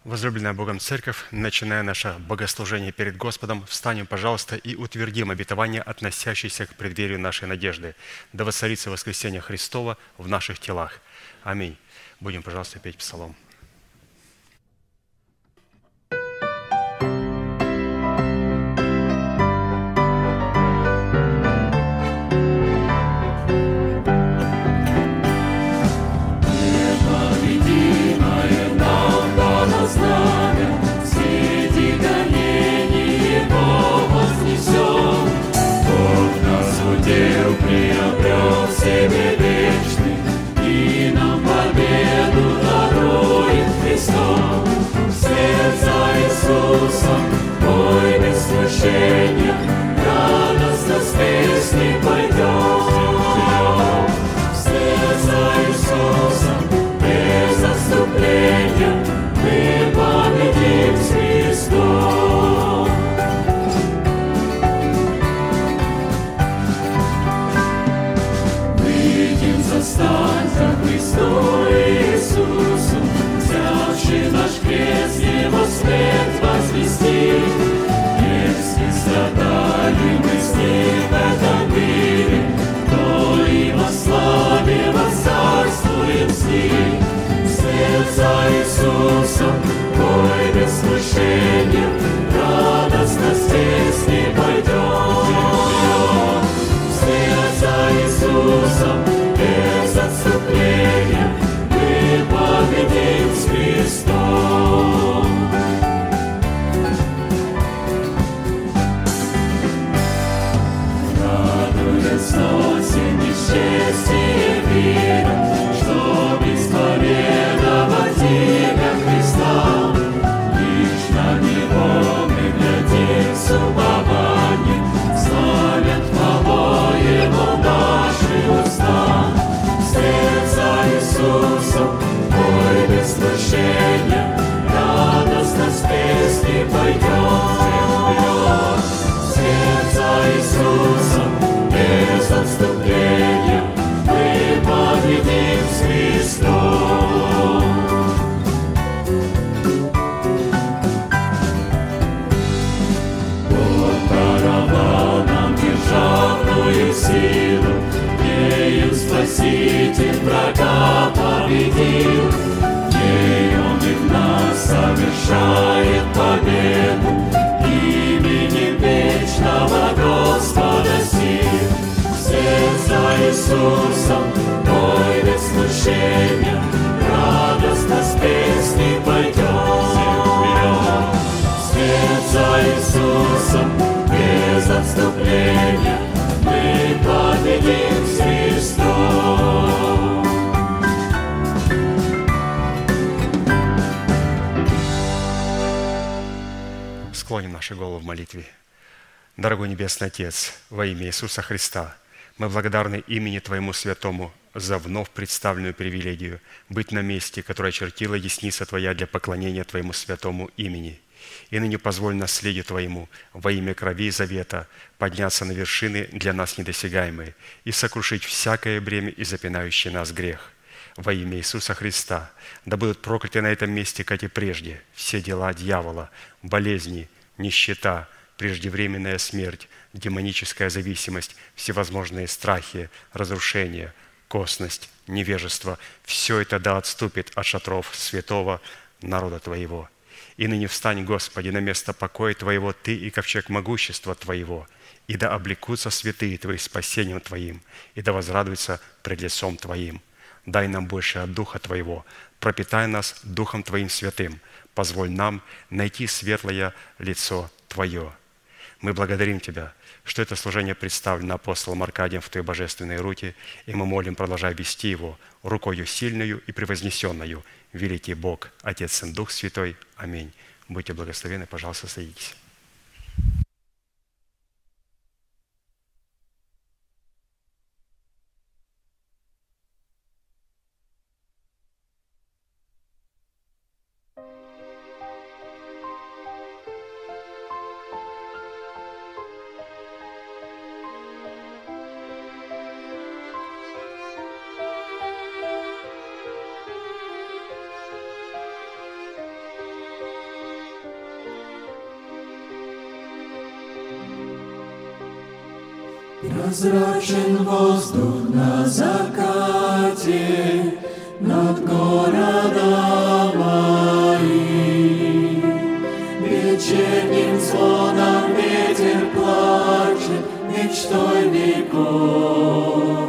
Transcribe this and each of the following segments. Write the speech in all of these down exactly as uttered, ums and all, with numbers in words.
Возлюбленная Богом Церковь, начиная наше богослужение перед Господом, встанем, пожалуйста, и утвердим обетование, относящееся к преддверию нашей надежды. Да воцарится воскресение Христова в наших телах. Аминь. Будем, пожалуйста, петь псалом. Приобрел себе вечный, и нам победу дарует Христос. Вслед за Иисусом, бой без смущения, радостно с песней пойдем. Вслед за Иисусом, без отступления, мы победим с Христом. Стань за Христу Иисусу, взявший наш крест, Его свет возвести. Если страдали мы с Ним в этом мире, то и во славе воцарствуем с Ним. Вслед за Иисусом, бой без смущения, радостно с песней пойдем. Вслед за Иисусом, без отступления, мы победим с Христом. Радуясь, носим несчастье мира, что исповедовать имя Христа. Лишь на Него мы глядим с упованием, славят хвалой Его наши уста. Вслед за Иисусом, бой без смущения, радостно с песней пойдем. Вслед за Иисусом, без отступления, мы победим с Христом. Бог даровал нам державную силу, ею Спаситель врага победил, ей Он и в нас совершает победу, именем вечного Господа сил. Вслед за Иисусом, бой без смущения, радостно с песней пойдем. Вслед за Иисусом, без отступления, мы победим с Христом. Склоним наши головы в молитве. Дорогой Небесный Отец, во имя Иисуса Христа, мы благодарны имени Твоему Святому за вновь представленную привилегию быть на месте, которое очертила десница Твоя для поклонения Твоему Святому имени. И ныне позволь наследию Твоему во имя крови завета подняться на вершины для нас недосягаемые и сокрушить всякое бремя и запинающий нас грех. Во имя Иисуса Христа да будут прокляты на этом месте, как и прежде, все дела дьявола, болезни, нищета, преждевременная смерть, демоническая зависимость, всевозможные страхи, разрушения, косность, невежество. Все это да отступит от шатров святого народа Твоего. И ныне встань, Господи, на место покоя Твоего Ты и ковчег могущества Твоего, и да облекутся святые Твои спасением Твоим, и да возрадуются пред лицом Твоим. Дай нам больше от Духа Твоего, пропитай нас Духом Твоим святым, позволь нам найти светлое лицо Твое. Мы благодарим Тебя, что это служение представлено апостолом Аркадием в Твоей божественной руке, и мы молим, продолжай вести его рукою сильную и превознесенную, великий Бог, Отец, Сын, Дух Святой. Аминь. Будьте благословенны, пожалуйста, садитесь. Прозрачен воздух на закате над городом моим. Вечерним звоном ветер плачет, мечтой веков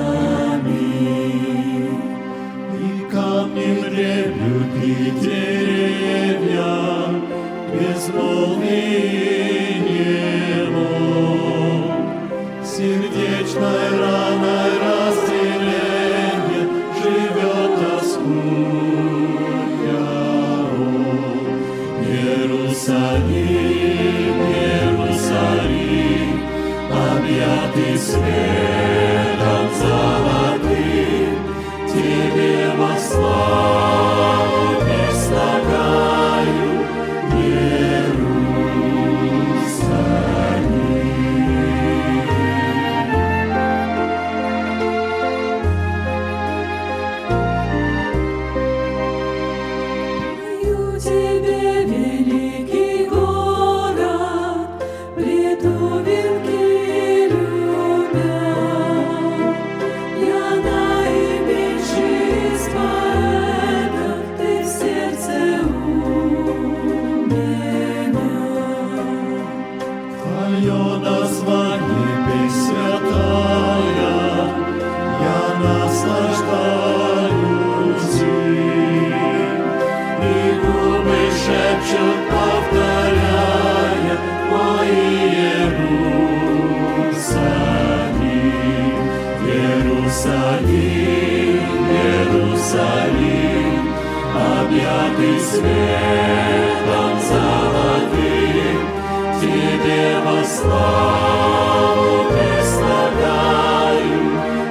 томим. И камни дреблют, и деревья безмолвие небо. Сердечной раной разделение живет тоскуя. Иерусалим, Иерусалим, объятый светом золотым, тебе во славу предслагаю, повторяя, мой Иерусалим, Иерусалим, Иерусалим, объятый светом золотым, тебе во славу предслагаю,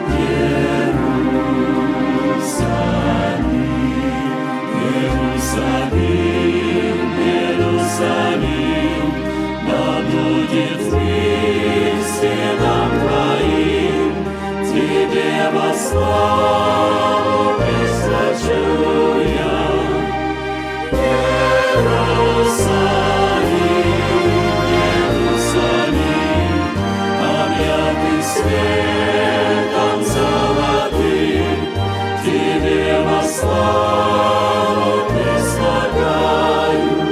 Иерусалим, Иерусалим. Иерусалим, да будет мир стенам твоим, тебе во славу присвячу я. Иерусалим, Иерусалим, объятый светом золотым, тебе во славу прислагаю.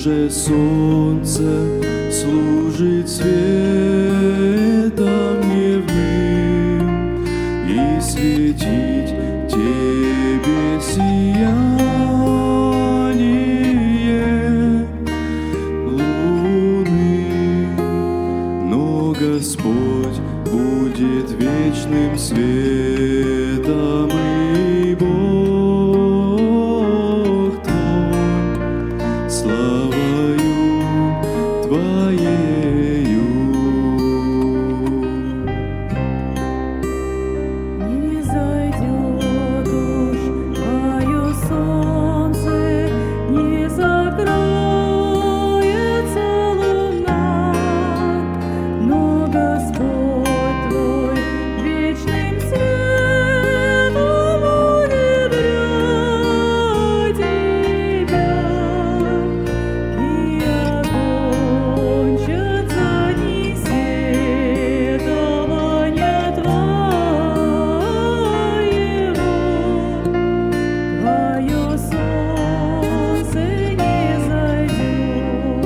уже солнце служит светом дневным и светить тебе сияние луны, но Господь будет вечным светом, и Бог твой славою Твоею. Не зайдет уж твое солнце, не закроется луна, но Господь твой вечным светом удивляет тебя, и окончатся дни сетования твоего. Твое солнце не зайдет.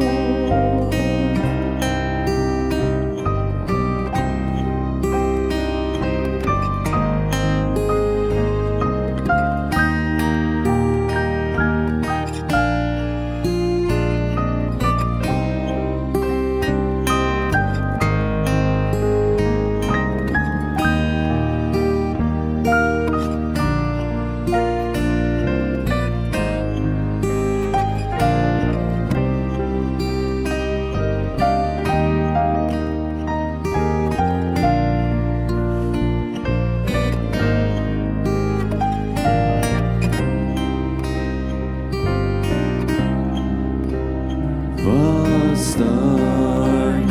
Восстань,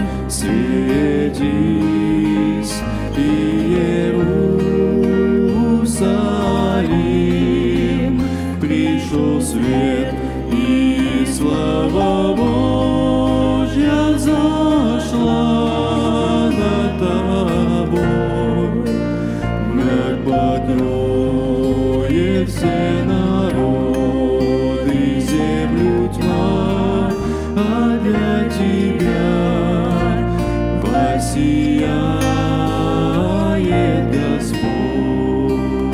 светись, Иерусалим, пришел свет, и слава Божья зашла над тобой. Мрак покроет все народы, землю тьма, а для тебя воссияет Господь.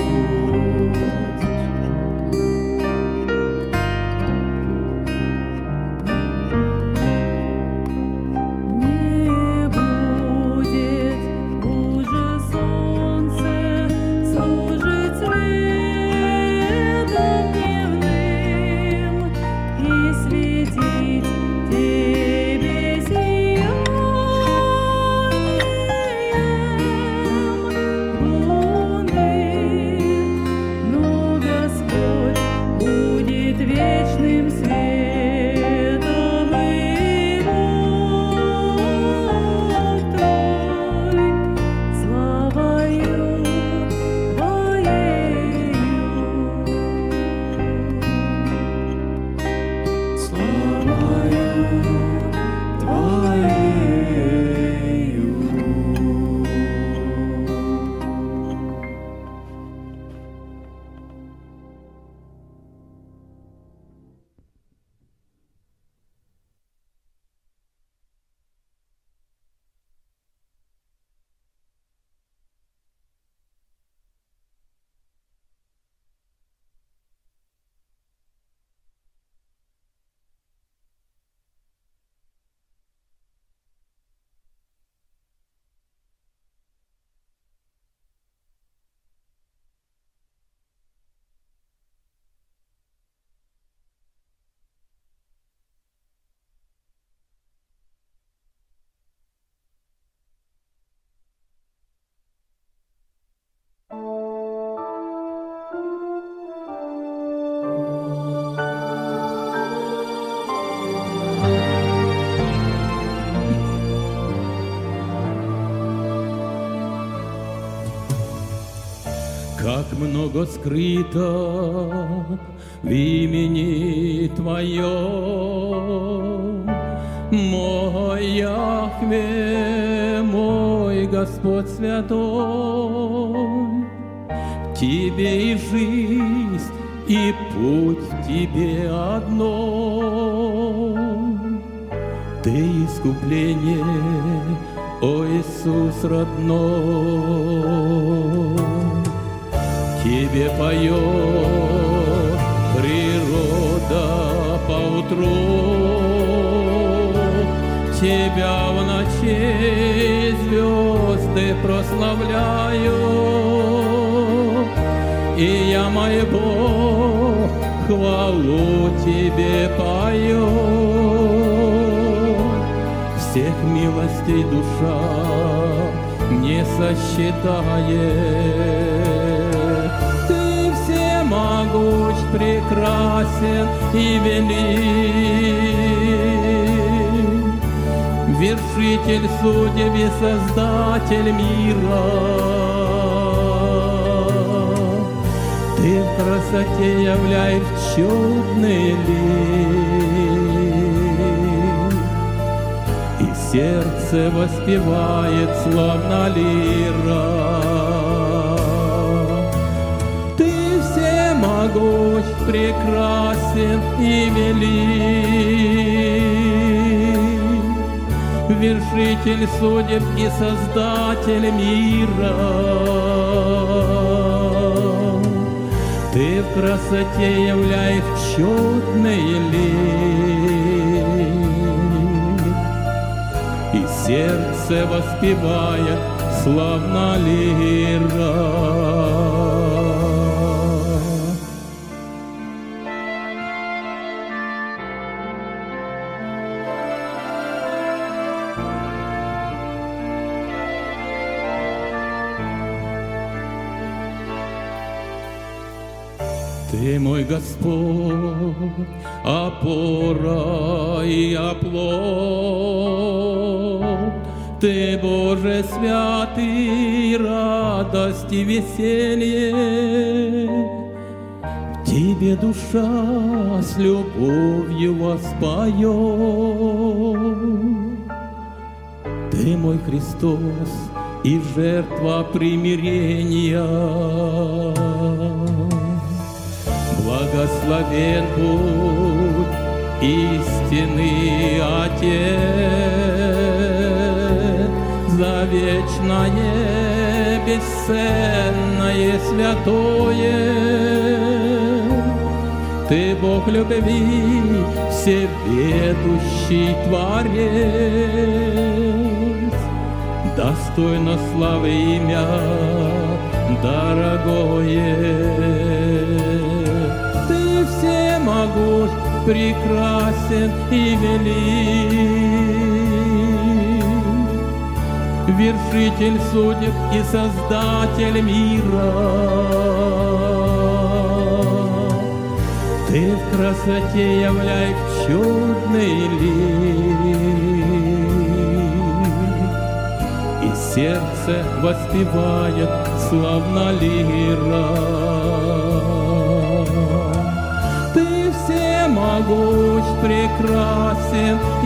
Не будет уже солнце служить светом дневным и светить тебе сиянием луны, но Господь будет вечным светом, и Бог твой славою Твоею. Славою Твоею. Как много скрыто в имени Твоем, мой Яхве, мой Господь святой. В Тебе и жизнь, и путь в Тебе одной. Ты искупление, о Иисус родной. Тебе поет природа поутру, Тебя в ночи звезды прославляют, и я, мой Бог, хвалу Тебе пою. Всех милостей душа не сосчитает. Ты всемогущ, прекрасен и велик, вершитель судеб и создатель мира. Ты в красоте являешь чудный лик, и сердце воспевает славно лира. Ты всемогущ, прекрасен и велик, вершитель судеб и создатель мира. Ты в красоте являешь чудный лик, и сердце воспевает славно лира. Ты мой Господь, опора и оплот, Ты, Боже святый, радость и веселье. В Тебе душа с любовью воспоет. Ты мой Христос и жертва примирения. Благословен будь истинный Отец, за вечное, бесценное, святое. Ты Бог любви, всеведущий Творец, достойно славы имя дорогое. Всемогущ, прекрасен и велик, вершитель судеб и создатель мира. Ты в красоте являешь чудный лик, и сердце воспевает славно лира. Всемогущ, прекрасен и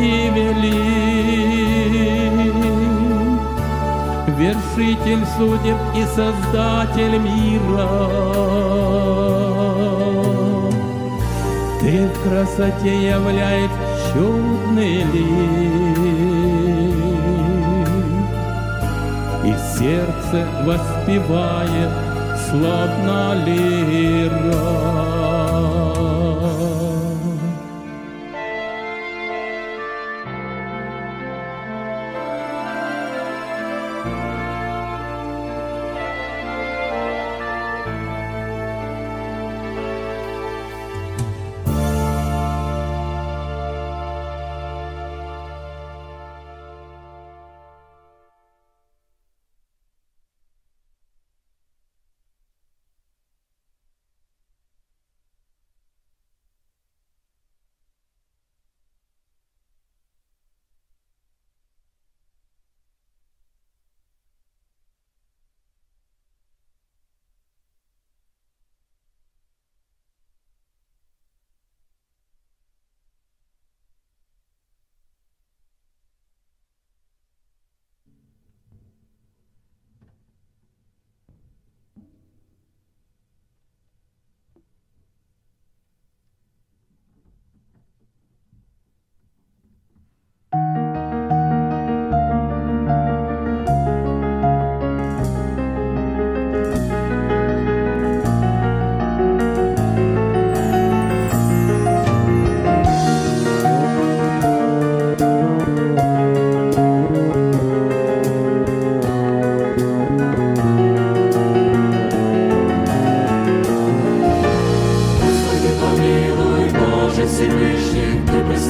велик, вершитель судеб и создатель мира. Ты в красоте являешь чудный лик, и сердце воспевает славно лира.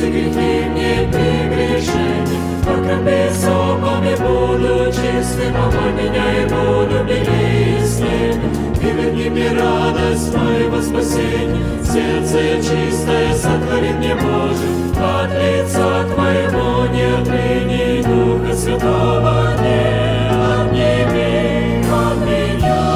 прости грехи мне прегрешения, окропи сопами, буду чистым, омой меня и буду белее снега. И верни мне радость моего спасения, сердце чистое сотвори мне, Боже, от лица Твоего не отрини, Духа Святого не отними от меня.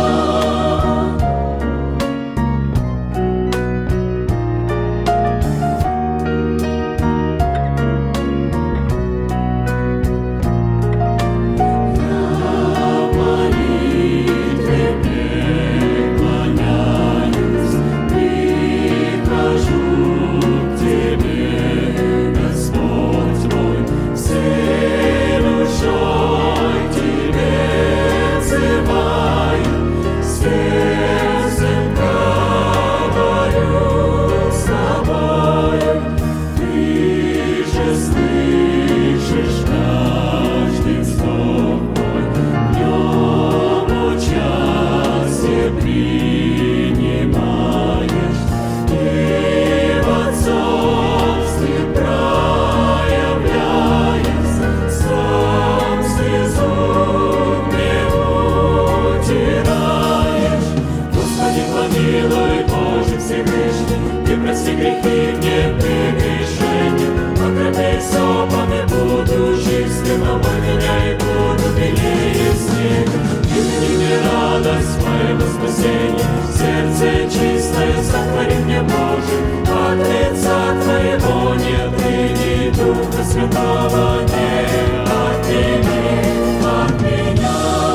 Прости грехи мне прегрешения, окропи сопами, буду чистым, омой меня и буду белее снега. И верни мне радость моего спасения, сердце чистое сотвори мне, Боже, от лица Твоего не отныне, Духа Святого не отними от меня.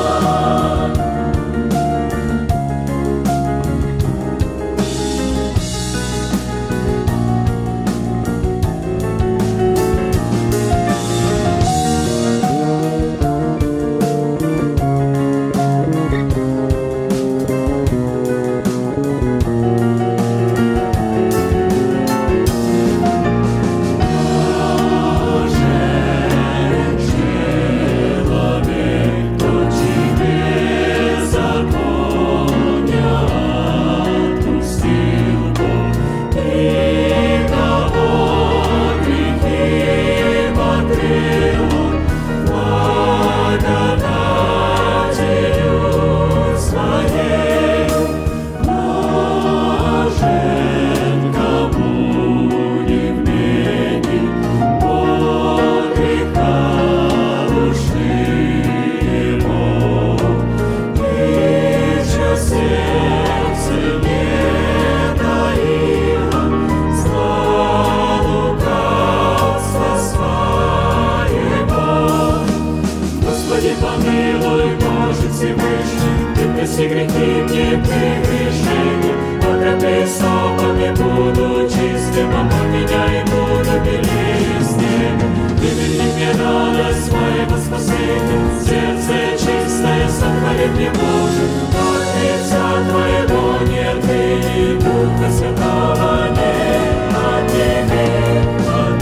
Прости грехи мне прегрешения, окропи сопами, буду чистым, омой меня и буду белее снега. И верни мне радость моего спасения, сердце чистое сотвори мне, Боже, от лица Твоего не отныне, Духа Святого не отними от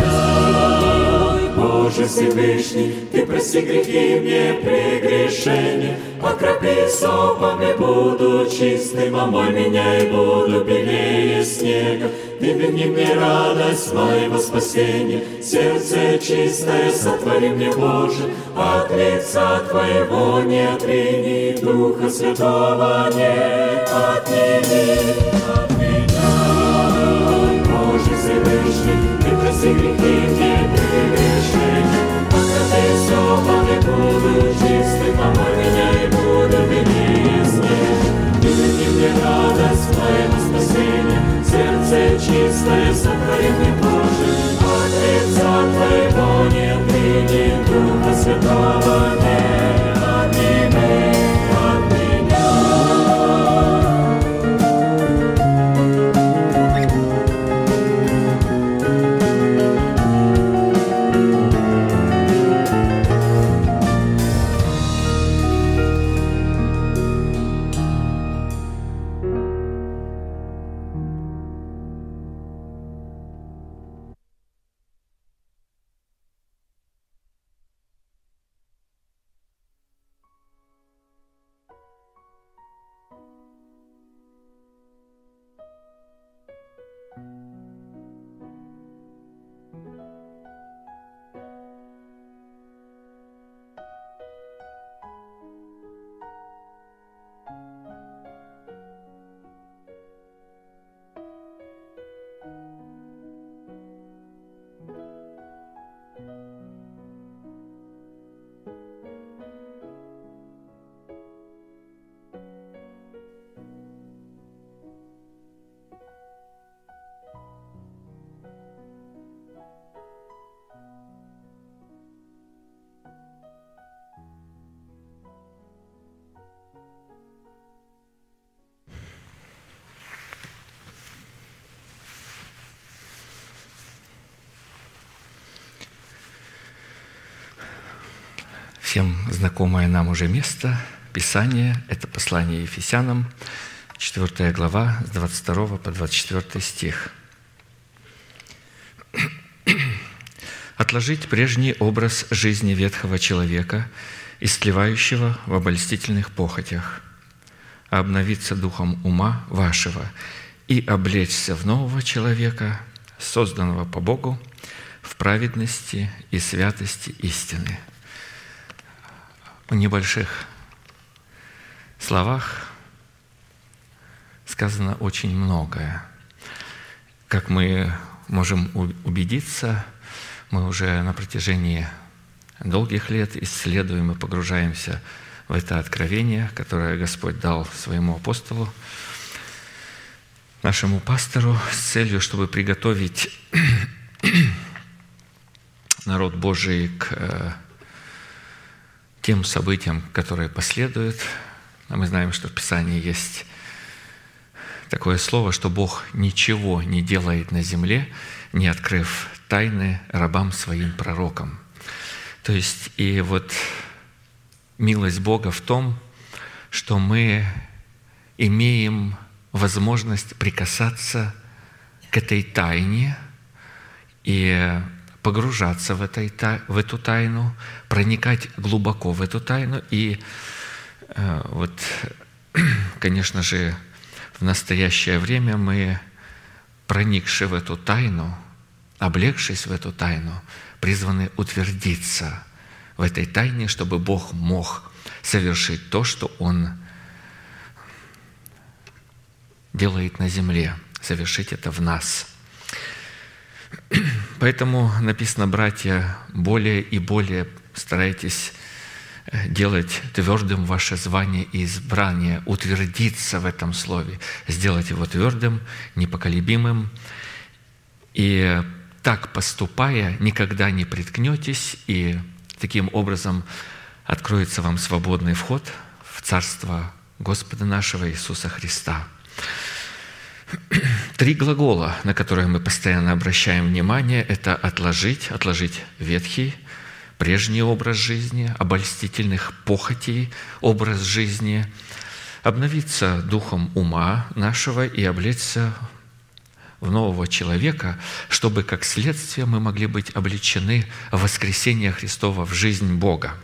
меня. Боже Всевышний, Ты прости грехи мне прегрешения, окропи сопами, буду чистым, омой меня и буду белее снега. Ты верни мне радость моего спасения, сердце чистое сотвори мне, Боже, от лица Твоего не отрини, Духа Святого не отними от меня. Боже Всевышний, Ты прости грехи мне прегрешения, окропи сопами, буду чистым, омой меня и буду белее снега. Ты верни мне радость моего спасения, сердце чистое сотвори мне, Боже, от лица Твоего не отныне, Духа Святого не отними от меня. Всем знакомое нам уже место Писания – это послание Ефесянам, четвёртая глава, с двадцать второго по двадцать четвёртый стих. «Отложить прежний образ жизни ветхого человека, истлевающего в обольстительных похотях, а обновиться духом ума вашего и облечься в нового человека, созданного по Богу, в праведности и святости истины». В небольших словах сказано очень многое. Как мы можем убедиться, мы уже на протяжении долгих лет исследуем и погружаемся в это откровение, которое Господь дал своему апостолу, нашему пастору, с целью, чтобы приготовить народ Божий к тем событиям, которые последуют. А мы знаем, что в Писании есть такое слово, что Бог ничего не делает на земле, не открыв тайны рабам своим пророкам. То есть и вот милость Бога в том, что мы имеем возможность прикасаться к этой тайне и погружаться в, этой, в эту тайну, проникать глубоко в эту тайну. И э, вот, конечно же, в настоящее время мы, проникши в эту тайну, облегшись в эту тайну, призваны утвердиться в этой тайне, чтобы Бог мог совершить то, что Он делает на земле, совершить это в нас. Поэтому написано, братья, более и более старайтесь делать твердым ваше звание и избрание, утвердиться в этом слове, сделать его твердым, непоколебимым. И так поступая, никогда не приткнетесь, и таким образом откроется вам свободный вход в Царство Господа нашего Иисуса Христа. Три глагола, на которые мы постоянно обращаем внимание, это «отложить», «отложить ветхий», прежний образ жизни, обольстительных похотей, образ жизни, обновиться духом ума нашего и облечься в нового человека, чтобы, как следствие, мы могли быть облечены в воскресение Христова в жизнь Бога.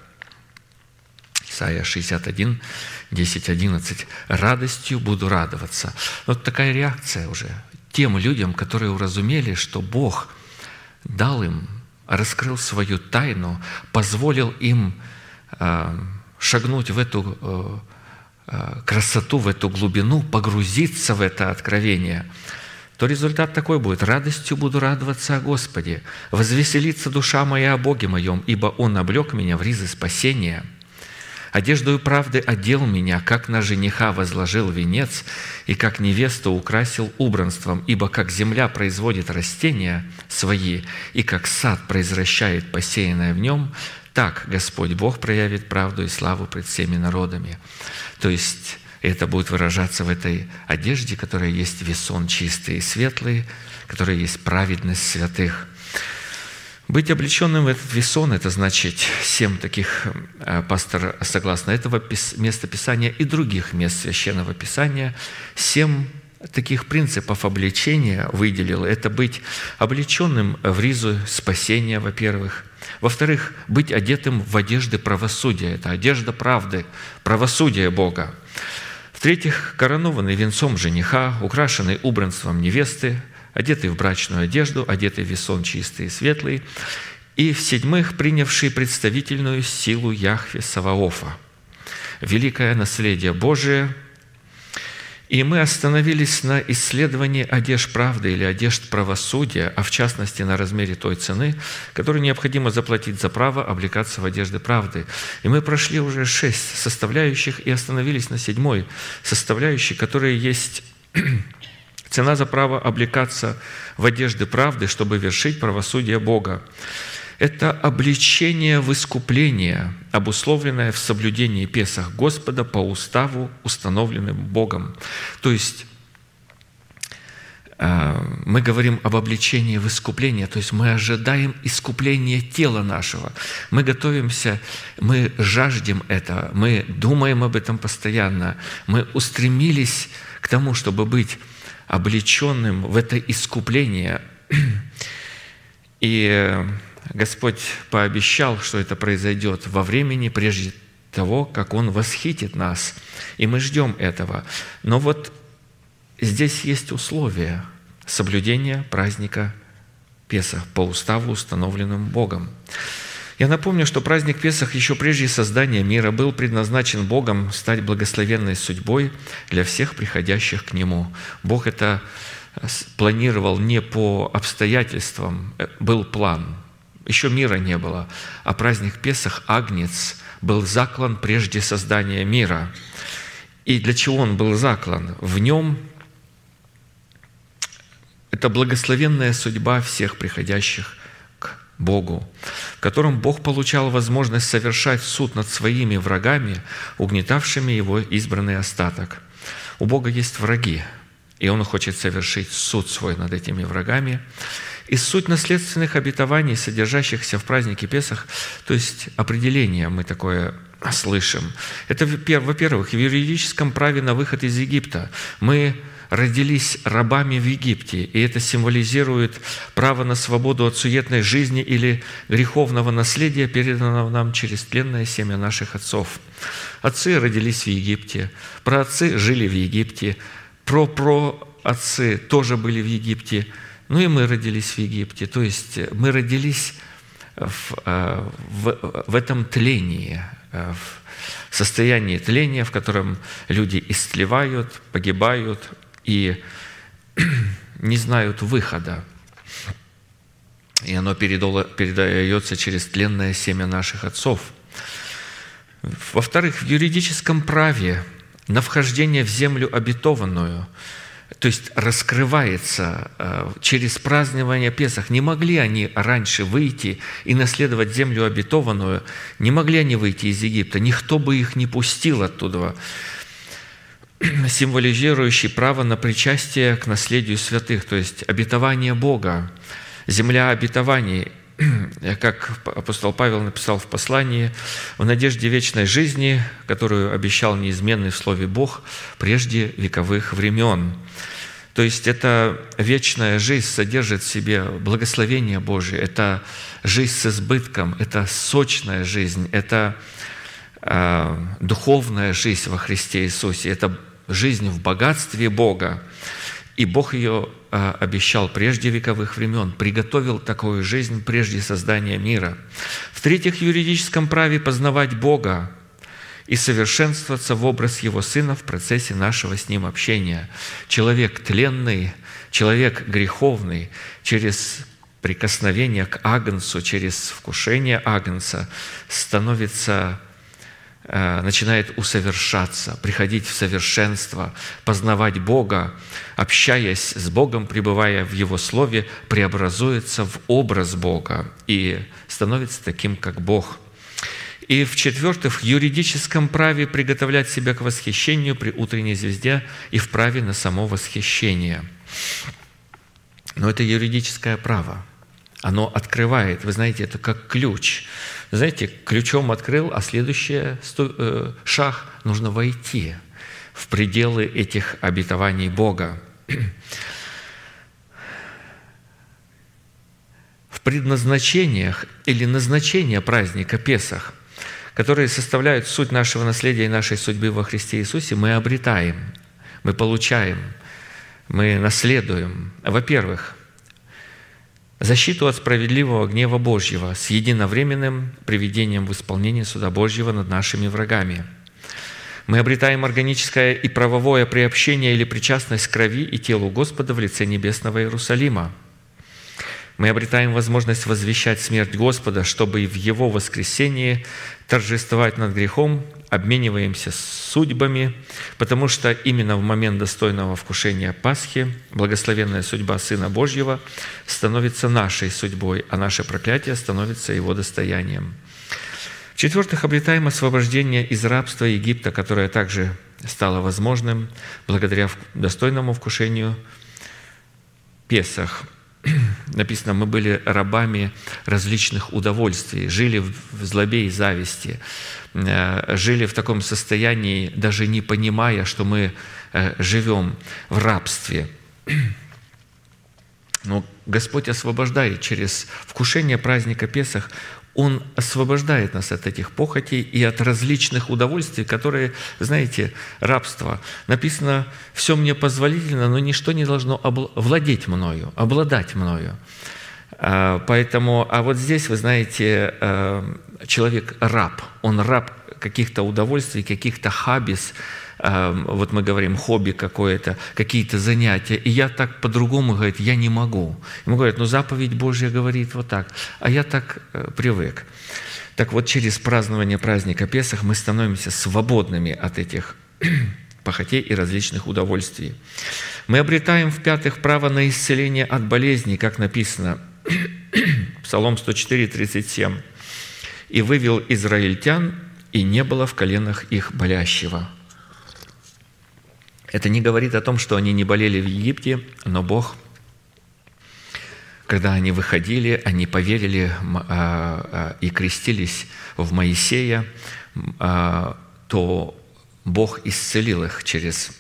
Исайя шестьдесят один, десять, одиннадцать. «Радостью буду радоваться». Вот такая реакция уже тем людям, которые уразумели, что Бог дал им, раскрыл свою тайну, позволил им э, шагнуть в эту э, э, красоту, в эту глубину, погрузиться в это откровение, то результат такой будет: «Радостью буду радоваться о Господе, возвеселится душа моя о Боге моем, ибо Он облек меня в ризы спасения. Одеждою правды одел меня, как на жениха возложил венец, и как невесту украсил убранством, ибо как земля производит растения свои, и как сад произвращает посеянное в нем, так Господь Бог проявит правду и славу пред всеми народами». То есть это будет выражаться в этой одежде, которая есть весон чистый и светлый, которая есть праведность святых. Быть облеченным в этот весон – это значит семь таких, пастор, согласно этого места Писания и других мест Священного Писания, семь таких принципов облечения выделил. Это быть облеченным в ризу спасения, во-первых. Во-вторых, быть одетым в одежды правосудия. Это одежда правды, правосудие Бога. В-третьих, коронованный венцом жениха, украшенный убранством невесты, одетый в брачную одежду, одетый в весон чистый и светлый. И в-седьмых, принявший представительную силу Яхве Саваофа. Великое наследие Божие. И мы остановились на исследовании одежд правды или одежд правосудия, а в частности на размере той цены, которую необходимо заплатить за право облекаться в одежды правды. И мы прошли уже шесть составляющих и остановились на седьмой составляющей, которая есть цена за право облекаться в одежды правды, чтобы вершить правосудие Бога. Это облечение в искупление, обусловленное в соблюдении Песах Господа по уставу, установленным Богом. То есть мы говорим об обличении в искупление, то есть мы ожидаем искупления тела нашего. Мы готовимся, мы жаждем этого, мы думаем об этом постоянно. Мы устремились к тому, чтобы быть облеченным в это искупление. И Господь пообещал, что это произойдет во времени, прежде того, как Он восхитит нас. И мы ждем этого. Но вот здесь есть условия соблюдения праздника Песах по уставу, установленному Богом. Я напомню, что праздник Песах еще прежде создания мира был предназначен Богом стать благословенной судьбой для всех приходящих к Нему. Бог это планировал не по обстоятельствам, был план. Еще мира не было, а праздник Песах, Агнец, был заклан прежде создания мира. И для чего он был заклан? В нем это благословенная судьба всех приходящих к Богу, в котором Бог получал возможность совершать суд над своими врагами, угнетавшими Его избранный остаток. У Бога есть враги, и Он хочет совершить суд свой над этими врагами. И суть наследственных обетований, содержащихся в празднике Песах, то есть определение мы такое слышим. Это, во-первых, в юридическом праве на выход из Египта. Мы родились рабами в Египте, и это символизирует право на свободу от суетной жизни или греховного наследия, переданного нам через тленное семя наших отцов. Отцы родились в Египте, праотцы жили в Египте, про-про-отцы тоже были в Египте, ну и мы родились в Египте. То есть мы родились в, в, в этом тлении, в состоянии тления, в котором люди истлевают, погибают и не знают выхода. И оно передается через тленное семя наших отцов. Во-вторых, в юридическом праве на вхождение в землю обетованную, то есть раскрывается через празднование Песах. Не могли они раньше выйти и наследовать землю обетованную, не могли они выйти из Египта, никто бы их не пустил оттуда, символизирующий право на причастие к наследию святых, то есть обетование Бога, земля обетований, как апостол Павел написал в послании, в надежде вечной жизни, которую обещал неизменный в Слове Бог прежде вековых времен. То есть эта вечная жизнь содержит в себе благословение Божие, это жизнь с избытком, это сочная жизнь, это э, духовная жизнь во Христе Иисусе, это жизнь в богатстве Бога. И Бог ее э, обещал прежде вековых времен, приготовил такую жизнь прежде создания мира. В-третьих, в юридическом праве познавать Бога и совершенствоваться в образ Его Сына в процессе нашего с Ним общения. Человек тленный, человек греховный через прикосновение к Агнцу, через вкушение Агнца становится, начинает усовершаться, приходить в совершенство, познавать Бога, общаясь с Богом, пребывая в Его Слове, преобразуется в образ Бога и становится таким, как Бог. И в-четвертых, в юридическом праве приготовлять себя к восхищению при утренней звезде и в праве на само восхищение. Но это юридическое право. Оно открывает, вы знаете, это как ключ. Знаете, ключом открыл, а следующий шаг – нужно войти в пределы этих обетований Бога. В предназначениях или назначении праздника Песах, которые составляют суть нашего наследия и нашей судьбы во Христе Иисусе, мы обретаем, мы получаем, мы наследуем. Во-первых, защиту от справедливого гнева Божьего с единовременным приведением в исполнение суда Божьего над нашими врагами. Мы обретаем органическое и правовое приобщение или причастность к крови и телу Господа в лице небесного Иерусалима. Мы обретаем возможность возвещать смерть Господа, чтобы и в Его воскресении торжествовать над грехом, обмениваемся судьбами, потому что именно в момент достойного вкушения Пасхи благословенная судьба Сына Божьего становится нашей судьбой, а наше проклятие становится Его достоянием. В-четвертых, обретаем освобождение из рабства Египта, которое также стало возможным благодаря достойному вкушению Песах. Написано, мы были рабами различных удовольствий, жили в злобе и зависти, жили в таком состоянии, даже не понимая, что мы живем в рабстве. Но Господь освобождает через вкушение праздника Песах. Он освобождает нас от этих похотей и от различных удовольствий, которые, знаете, рабство. Написано, все мне позволительно, но ничто не должно владеть мною, обладать мною. Поэтому, а вот здесь, вы знаете, человек раб, он раб каких-то удовольствий, каких-то хабис, вот мы говорим, хобби какое-то, какие-то занятия, и я так по-другому, говорит, я не могу. Ему говорят, ну заповедь Божья говорит вот так, а я так привык. Так вот, через празднование праздника Песах мы становимся свободными от этих похотей и различных удовольствий. Мы обретаем, в-пятых, право на исцеление от болезней, как написано, Псалом сто четыре, тридцать семь. «И вывел израильтян, и не было в коленах их болящего». Это не говорит о том, что они не болели в Египте, но Бог, когда они выходили, они поверили и крестились в Моисея, то Бог исцелил их через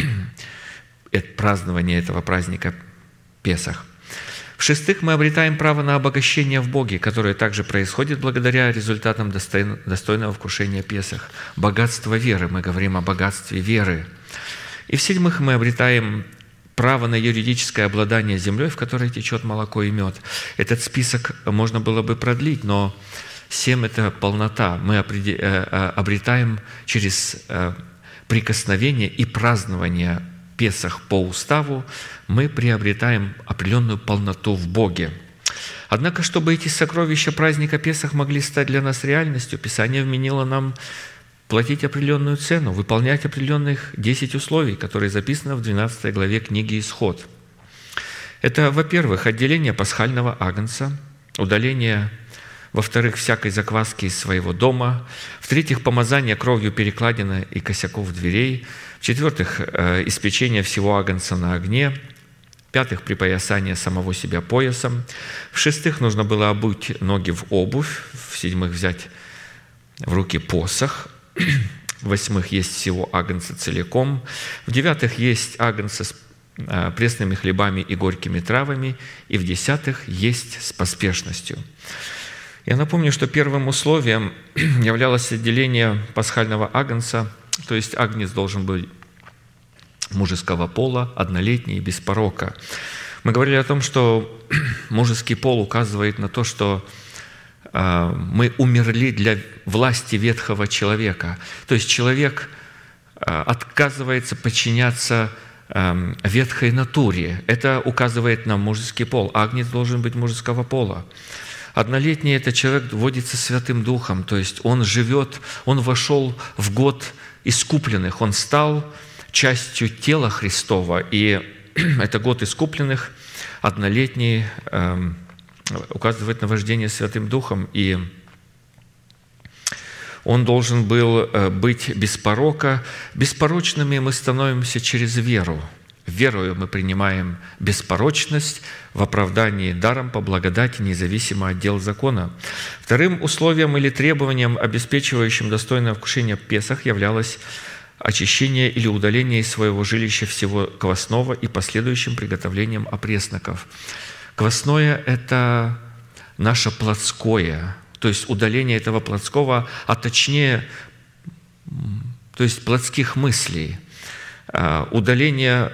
празднование этого праздника Песах. В-шестых, мы обретаем право на обогащение в Боге, которое также происходит благодаря результатам достойного вкушения Песах. Богатство веры. Мы говорим о богатстве веры. И в-седьмых, мы обретаем право на юридическое обладание землей, в которой течет молоко и мед. Этот список можно было бы продлить, но семь – это полнота. Мы обретаем через прикосновение и празднование Песах по уставу, мы приобретаем определенную полноту в Боге. Однако, чтобы эти сокровища праздника Песах могли стать для нас реальностью, Писание вменило нам платить определенную цену, выполнять определенных десять условий, которые записаны в двенадцатой главе книги «Исход». Это, во-первых, отделение пасхального агнца, удаление, во-вторых, всякой закваски из своего дома, в-третьих, помазание кровью перекладины и косяков дверей, в-четвертых, испечение всего агнца на огне, в-пятых, припоясание самого себя поясом, в-шестых, нужно было обуть ноги в обувь, в-седьмых, взять в руки посох, в-восьмых, есть всего агнца целиком, в-девятых, есть агнца с пресными хлебами и горькими травами, и в-десятых, есть с поспешностью. Я напомню, что первым условием являлось отделение пасхального агнца, то есть агнец должен быть мужеского пола, однолетний, без порока. Мы говорили о том, что мужеский пол указывает на то, что мы умерли для власти ветхого человека. То есть человек отказывается подчиняться ветхой натуре. Это указывает на мужеский пол. Агнец должен быть мужеского пола. Однолетний – это человек вводится Святым Духом, то есть он живет, он вошел в год искупленных, он стал частью тела Христова, и это год искупленных, однолетний, э, указывает на вождение Святым Духом, и он должен был быть без порока. Беспорочными мы становимся через веру. Верою мы принимаем беспорочность в оправдании даром по благодати, независимо от дел закона. Вторым условием или требованием, обеспечивающим достойное вкушение Песах, являлось очищение или удаление из своего жилища всего квасного и последующим приготовлением опресноков. Квасное – это наше плотское, то есть удаление этого плотского, а точнее, то есть плотских мыслей, удаление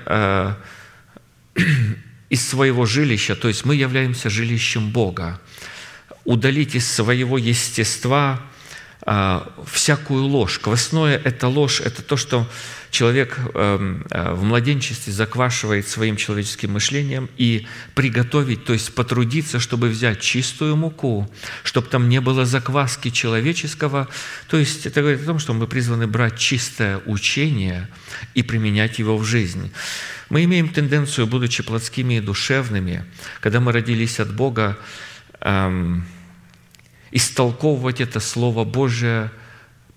из своего жилища, то есть мы являемся жилищем Бога. Удалить из своего естества всякую ложь. Квасное – это ложь, это то, что человек в младенчестве заквашивает своим человеческим мышлением, и приготовить, то есть потрудиться, чтобы взять чистую муку, чтобы там не было закваски человеческого. То есть это говорит о том, что мы призваны брать чистое учение и применять его в жизнь. Мы имеем тенденцию, будучи плотскими и душевными, когда мы родились от Бога, эм, истолковывать это Слово Божие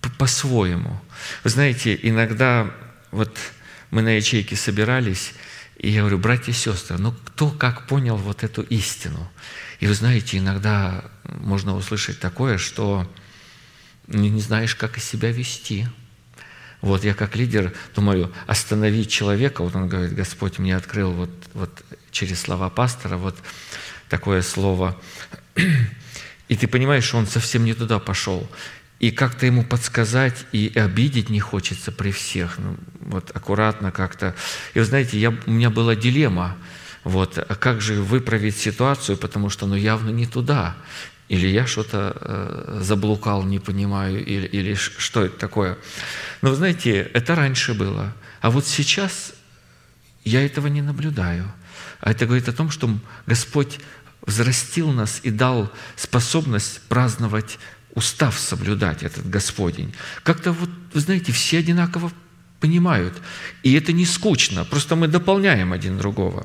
по-своему. Вы знаете, иногда вот мы на ячейке собирались, И я говорю: братья и сестры, ну кто как понял вот эту истину? И вы знаете, иногда можно услышать такое, что не знаешь, как из себя вести. Вот я как лидер думаю, остановить человека, вот он говорит: Господь мне открыл вот, вот через слова пастора вот такое слово, и ты понимаешь, что он совсем не туда пошел. И как-то ему подсказать, и обидеть не хочется при всех. Ну, вот аккуратно как-то. И вы знаете, я, у меня была дилемма. Вот, а как же выправить ситуацию, потому что ну, явно не туда. Или я что-то э, заблукал, не понимаю, или, или что это такое. Но вы знаете, это раньше было. А вот сейчас я этого не наблюдаю. А это говорит о том, что Господь взрастил нас и дал способность праздновать устав, соблюдать этот Господень. Как-то вот, вы знаете, все одинаково понимают. И это не скучно, просто мы дополняем один другого.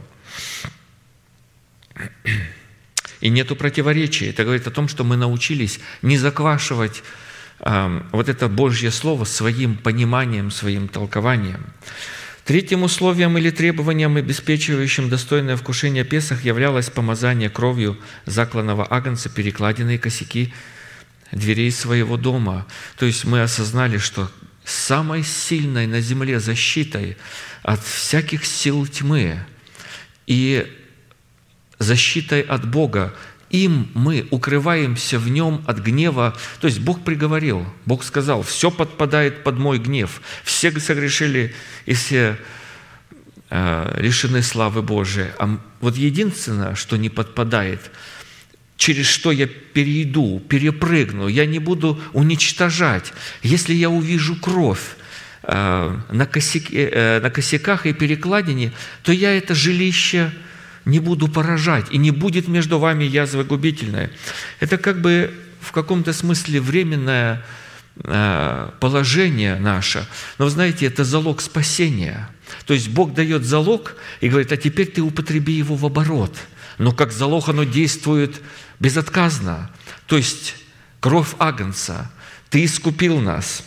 И нету противоречия. Это говорит о том, что мы научились не заквашивать э, вот это Божье Слово своим пониманием, своим толкованием. Третьим условием или требованием, обеспечивающим достойное вкушение Песах, являлось помазание кровью закланного агнца, перекладины и косяки дверей своего дома. То есть мы осознали, что самой сильной на земле защитой от всяких сил тьмы и защитой от Бога, им мы укрываемся в Нем от гнева. То есть Бог приговорил, Бог сказал: все подпадает под мой гнев, все согрешили и все э, лишены славы Божией. А вот единственное, что не подпадает, через что я перейду, перепрыгну, я не буду уничтожать. Если я увижу кровь э, на, косяке, э, на косяках и перекладине, то я это жилище не буду поражать, и не будет между вами язвы губительной. Это как бы в каком-то смысле временное э, положение наше. Но, вы знаете, это залог спасения. То есть Бог дает залог и говорит: а теперь ты употреби его в оборот. Но как залог оно действует безотказно. То есть кровь агнца, ты искупил нас.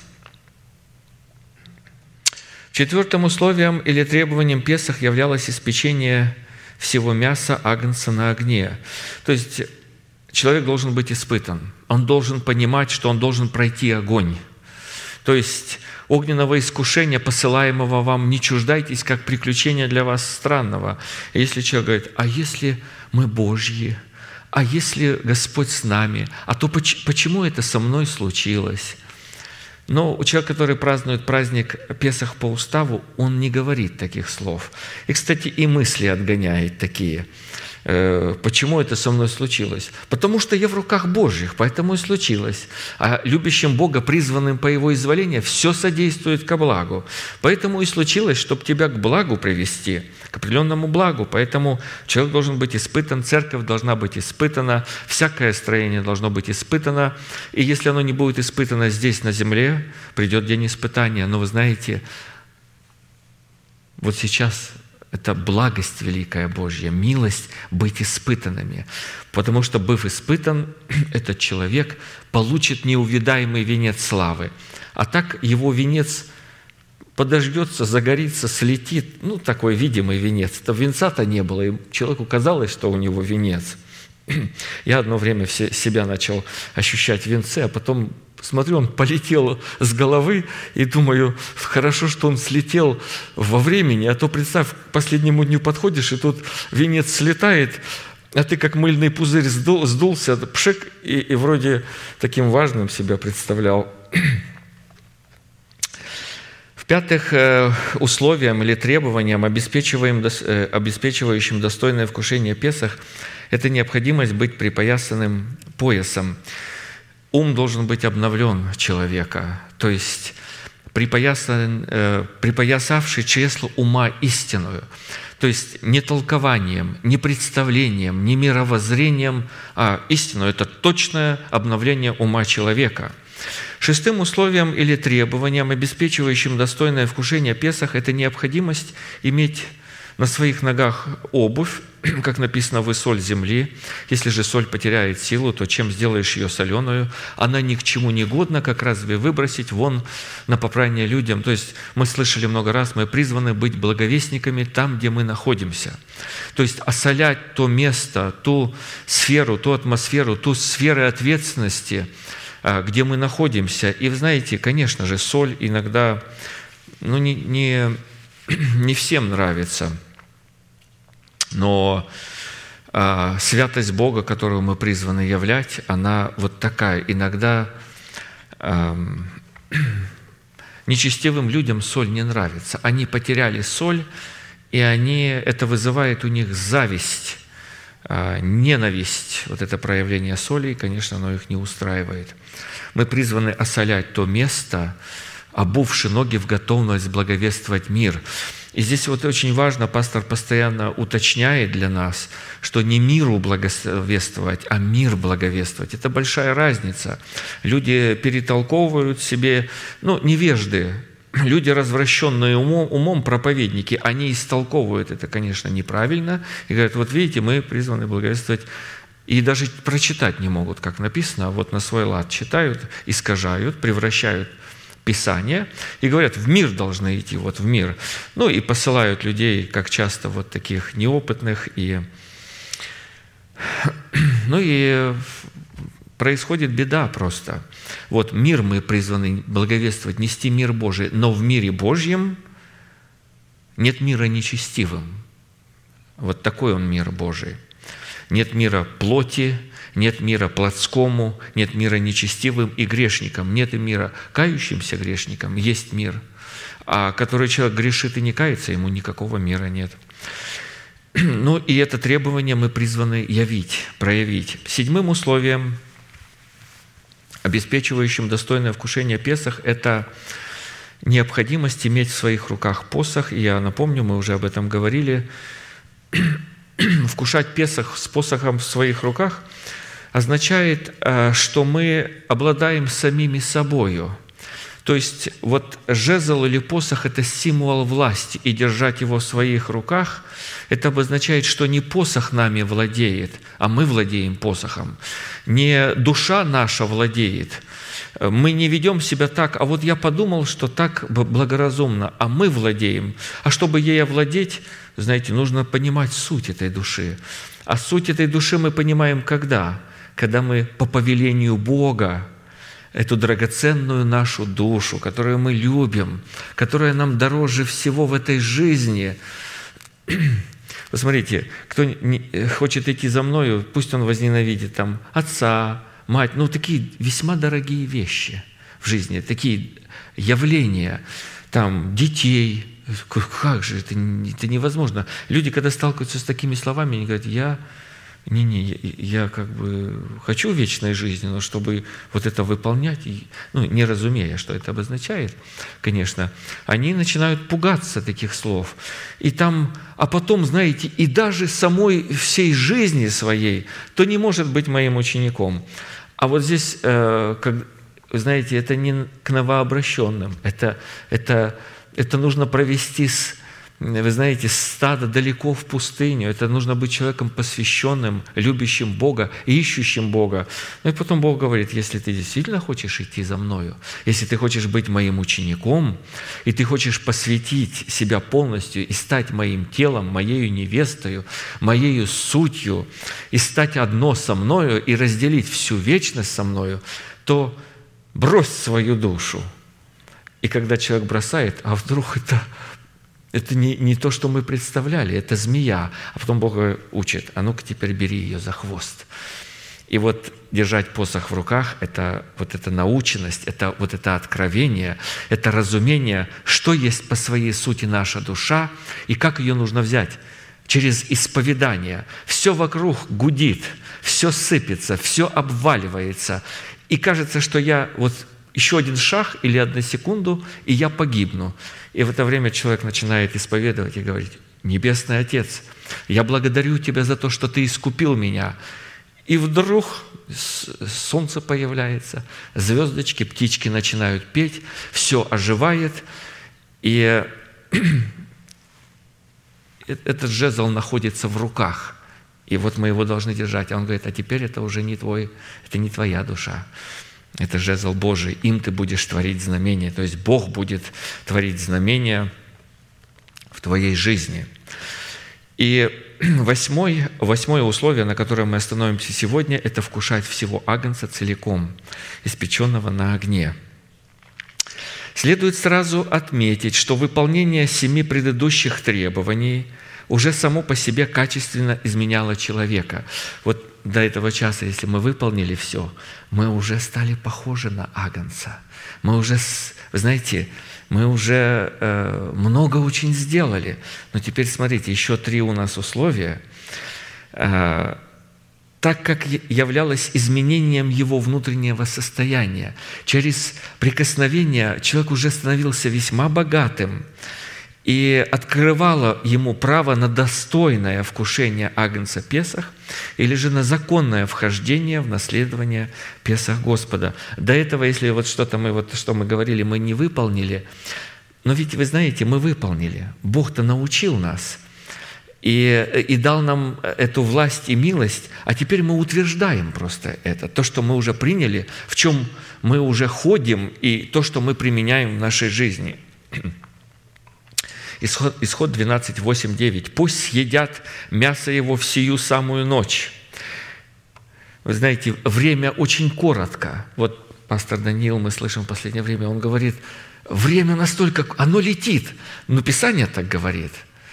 Четвертым условием или требованием Песах являлось испечение всего мяса агнца на огне. То есть человек должен быть испытан. Он должен понимать, что он должен пройти огонь. То есть огненного искушения, посылаемого вам, не чуждайтесь, как приключения для вас странного. Если человек говорит: а если мы Божьи? А если Господь с нами? А то почему это со мной случилось? Но человек, который празднует праздник Песах по уставу, он не говорит таких слов. И, кстати, и мысли отгоняет такие. Почему это со мной случилось? Потому что я в руках Божьих, поэтому и случилось. А любящим Бога, призванным по Его изволению, все содействует ко благу. Поэтому и случилось, чтобы тебя к благу привести, к определенному благу. Поэтому человек должен быть испытан, церковь должна быть испытана, всякое строение должно быть испытано. И если оно не будет испытано здесь, на земле, придет день испытания. Но вы знаете, вот сейчас это благость великая Божья, милость быть испытанными. Потому что, быв испытан, этот человек получит неувидаемый венец славы. А так его венец подождется, загорится, слетит. Ну, такой видимый венец. Это венца-то не было, и человеку казалось, что у него венец. Я одно время все, себя начал ощущать в венце, а потом смотрю, он полетел с головы, и думаю, хорошо, что он слетел во времени, а то, представь, к последнему дню подходишь, и тут венец слетает, а ты как мыльный пузырь сдул, сдулся, пшик, и, и вроде таким важным себя представлял. В-пятых, условием или требованием, обеспечивающим достойное вкушение Песах, это необходимость быть припоясанным поясом. Ум должен быть обновлен человека, то есть припоясан, э, припоясавший чресло ума истинную, то есть не толкованием, не представлением, не мировоззрением, а истину – это точное обновление ума человека. Шестым условием или требованием, обеспечивающим достойное вкушение Песах, это необходимость иметь На своих ногах обувь, как написано, вы соль земли. Если же соль потеряет силу, то чем сделаешь ее соленую? Она ни к чему не годна, как разве выбросить вон на попрание людям? То есть мы слышали много раз, мы призваны быть благовестниками там, где мы находимся. То есть осолять то место, ту сферу, ту атмосферу, ту сферу ответственности, где мы находимся. И вы знаете, конечно же, соль иногда ну, не, не, не всем нравится. Но э, святость Бога, которую мы призваны являть, она вот такая. Иногда э, нечестивым людям соль не нравится. Они потеряли соль, и они, это вызывает у них зависть, э, ненависть. Вот это проявление соли, и, конечно, оно их не устраивает. Мы призваны осолять то место, обувши ноги в готовность благовествовать мир. И здесь вот очень важно, пастор постоянно уточняет для нас, что не миру благовествовать, а мир благовествовать. Это большая разница. Люди перетолковывают себе, ну, невежды, люди, развращенные умом, умом, проповедники, они истолковывают это, конечно, неправильно, и говорят, вот видите, мы призваны благовествовать, и даже прочитать не могут, как написано, а вот на свой лад читают, искажают, превращают Писание и говорят, в мир должны идти, вот в мир. Ну и посылают людей, как часто, вот таких неопытных. И... Ну и происходит беда просто. Вот мир мы призваны благовествовать, нести мир Божий, но в мире Божьем нет мира нечестивым. Вот такой он мир Божий. Нет мира плоти, нет мира плотскому, нет мира нечестивым и грешникам, нет и мира кающимся грешникам, есть мир. А который человек грешит и не кается, ему никакого мира нет. Ну и это требование мы призваны явить, проявить. Седьмым условием, обеспечивающим достойное вкушение Песах, это необходимость иметь в своих руках посох. И я напомню, мы уже об этом говорили, вкушать Песах с посохом в своих руках означает, что мы обладаем самими собою. То есть вот жезл или посох – это символ власти, и держать его в своих руках – это обозначает, что не посох нами владеет, а мы владеем посохом. Не душа наша владеет. Мы не ведем себя так, а вот я подумал, что так благоразумно, а мы владеем. А чтобы ей овладеть, знаете, нужно понимать суть этой души. А суть этой души мы понимаем когда? Когда мы по повелению Бога эту драгоценную нашу душу, которую мы любим, которая нам дороже всего в этой жизни. Посмотрите, кто не хочет идти за мною, пусть он возненавидит там отца, мать, ну такие весьма дорогие вещи в жизни, такие явления, там, детей. Как же, это, это невозможно. Люди, когда сталкиваются с такими словами, они говорят, я, не, не, я, я как бы хочу вечной жизни, но чтобы вот это выполнять, ну, не разумея, что это обозначает, конечно, они начинают пугаться таких слов. И там, а потом, знаете, и даже самой всей жизни своей, то не может быть моим учеником. А вот здесь, э, как, знаете, это не к новообращенным, это, это Это нужно провести, с, вы знаете, стадо далеко в пустыню. Это нужно быть человеком посвященным, любящим Бога, ищущим Бога. Ну и потом Бог говорит, если ты действительно хочешь идти за Мною, если ты хочешь быть моим учеником, и ты хочешь посвятить себя полностью и стать моим телом, моею невестою, моею сутью, и стать одно со Мною, и разделить всю вечность со Мною, то брось свою душу. И когда человек бросает, а вдруг это, это не, не то, что мы представляли, это змея. А потом Бог учит, а ну-ка теперь бери ее за хвост. И вот держать посох в руках – это вот эта наученность, это вот это откровение, это разумение, что есть по своей сути наша душа и как ее нужно взять. Через исповедание. Все вокруг гудит, все сыпется, все обваливается. И кажется, что я вот еще один шаг или одну секунду, и я погибну. И в это время человек начинает исповедовать и говорить, «Небесный Отец, я благодарю Тебя за то, что Ты искупил меня». И вдруг солнце появляется, звездочки, птички начинают петь, все оживает, и, этот жезл находится в руках, и вот мы его должны держать. А он говорит, а теперь это уже не твой, это не твоя душа. Это жезл Божий, им ты будешь творить знамения. То есть Бог будет творить знамения в твоей жизни. И восьмое, восьмое условие, на котором мы остановимся сегодня, это вкушать всего агнца целиком, испеченного на огне. Следует сразу отметить, что выполнение семи предыдущих требований уже само по себе качественно изменяло человека. Вот до этого часа, если мы выполнили все, мы уже стали похожи на агнца. Мы уже, вы знаете, мы уже э, много очень сделали. Но теперь смотрите, еще три у нас условия. Э, так как являлось изменением его внутреннего состояния. Через прикосновение человек уже становился весьма богатым, и открывало ему право на достойное вкушение агнца Песах или же на законное вхождение в наследование Песах Господа. До этого, если вот что-то мы, вот что мы говорили, мы не выполнили, но ведь вы знаете, мы выполнили. Бог-то научил нас и, и дал нам эту власть и милость, а теперь мы утверждаем просто это. То, что мы уже приняли, в чем мы уже ходим, и то, что мы применяем в нашей жизни. Исход, исход двенадцать, восемь, девять. «Пусть съедят мясо его в сию самую ночь». Вы знаете, время очень коротко. Вот пастор Даниил, мы слышим в последнее время, он говорит, время настолько, оно летит. Но Писание так говорит.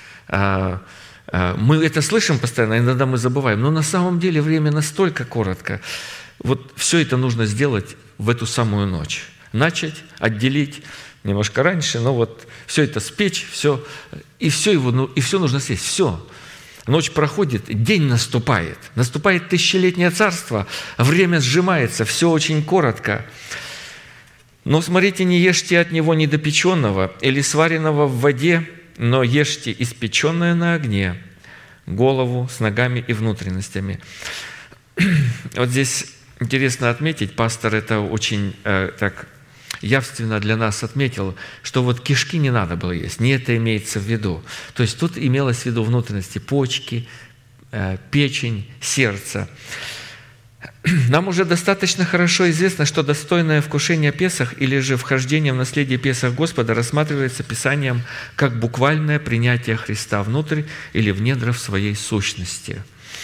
Мы это слышим постоянно, иногда мы забываем. Но на самом деле время настолько коротко. Вот все это нужно сделать в эту самую ночь. Начать, отделить, немножко раньше, но вот все это спечь, все, и все его, ну, и все нужно съесть, все. Ночь проходит, день наступает, наступает тысячелетнее царство, время сжимается, все очень коротко. Но смотрите, не ешьте от него недопеченного или сваренного в воде, но ешьте испеченное на огне, голову с ногами и внутренностями. Вот здесь интересно отметить, пастор это очень э, так явственно для нас отметил, что вот кишки не надо было есть, не это имеется в виду. То есть тут имелось в виду внутренности почки, печень, сердце. Нам уже достаточно хорошо известно, что достойное вкушение Песах или же вхождение в наследие Песах Господа рассматривается Писанием как буквальное принятие Христа внутрь или в недра в своей сущности,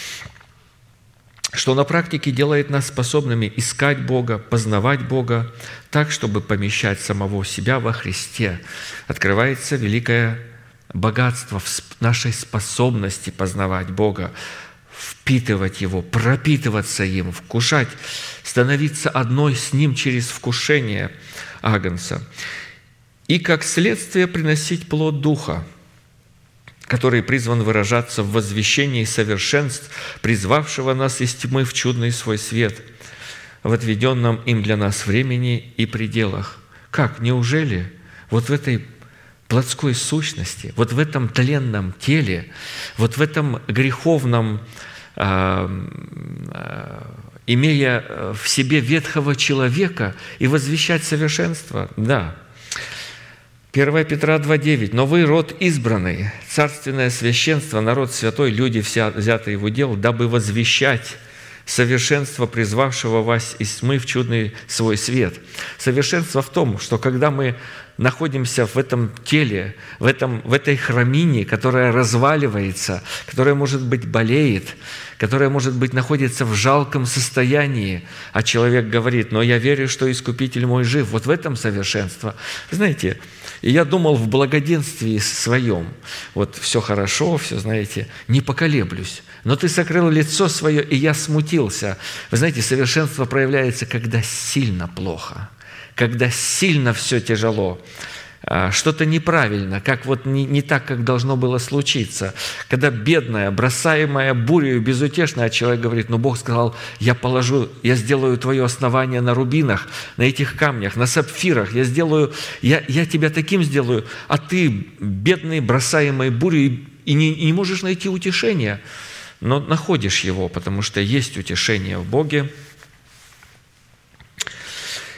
что на практике делает нас способными искать Бога, познавать Бога так, чтобы помещать самого себя во Христе. Открывается великое богатство в нашей способности познавать Бога, впитывать Его, пропитываться Им, вкушать, становиться одной с Ним через вкушение агнца. И как следствие приносить плод Духа, который призван выражаться в возвещении совершенств, призвавшего нас из тьмы в чудный свой свет, в отведенном им для нас времени и пределах. Как? Неужели вот в этой плотской сущности, вот в этом тленном теле, вот в этом греховном, э, э, имея в себе ветхого человека и возвещать совершенство? Да. первое Петра два девять. «Но вы род избранный, царственное священство, народ святой, люди, вся, взятые в удел, дабы возвещать совершенство, призвавшего вас из тьмы в чудный свой свет». Совершенство в том, что когда мы находимся в этом теле, в, этом, в этой храмине, которая разваливается, которая, может быть, болеет, которая, может быть, находится в жалком состоянии, а человек говорит, но я верю, что Искупитель мой жив. Вот в этом совершенство. Знаете, и я думал в благоденствии своем, вот все хорошо, все, знаете, не поколеблюсь. Но ты сокрыл лицо свое, и я смутился. Вы знаете, совершенство проявляется, когда сильно плохо, когда сильно все тяжело, что-то неправильно, как вот не, не так, как должно было случиться. Когда бедная, бросаемая бурей, безутешная, человек говорит, ну Бог сказал, я положу, я сделаю твое основание на рубинах, на этих камнях, на сапфирах, я сделаю, я, я тебя таким сделаю, а ты, бедный, бросаемый бурей, и не, и не можешь найти утешения, но находишь его, потому что есть утешение в Боге.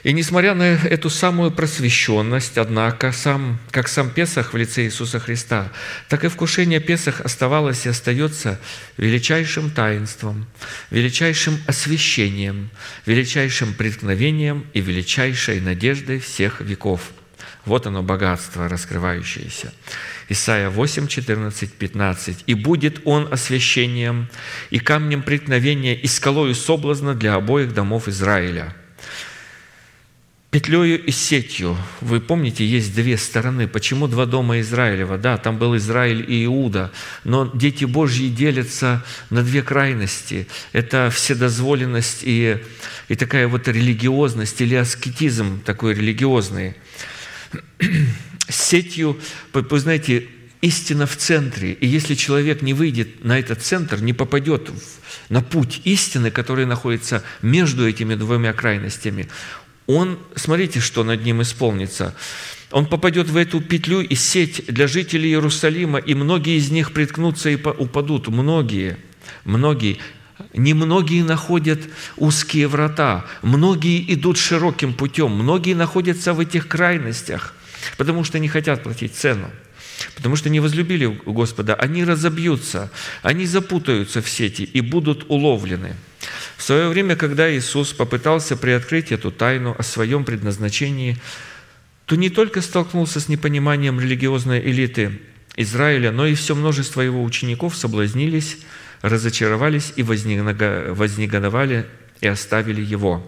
И несмотря на эту самую просвещенность, однако, сам, как сам Песах в лице Иисуса Христа, так и вкушение Песах оставалось и остается величайшим таинством, величайшим освящением, величайшим преткновением и величайшей надеждой всех веков. Вот оно, богатство, раскрывающееся. Исайя восемь, четырнадцать, пятнадцать. «И будет он освящением, и камнем преткновения, и скалою соблазна для обоих домов Израиля». Петлею и сетью. Вы помните, есть две стороны. Почему два дома Израилева? Да, там был Израиль и Иуда, но дети Божьи делятся на две крайности. Это вседозволенность и, и такая вот религиозность или аскетизм такой религиозный. С сетью, вы знаете, истина в центре. И если человек не выйдет на этот центр, не попадет на путь истины, который находится между этими двумя крайностями, он, смотрите, что над ним исполнится. Он попадет в эту петлю и сеть для жителей Иерусалима, и многие из них приткнутся и упадут. Многие, многие. Немногие находят узкие врата, многие идут широким путем, многие находятся в этих крайностях, потому что не хотят платить цену, потому что не возлюбили Господа. Они разобьются, они запутаются в сети и будут уловлены. В свое время, когда Иисус попытался приоткрыть эту тайну о своем предназначении, то не только столкнулся с непониманием религиозной элиты Израиля, но и все множество его учеников соблазнились, разочаровались и вознегодовали и оставили его.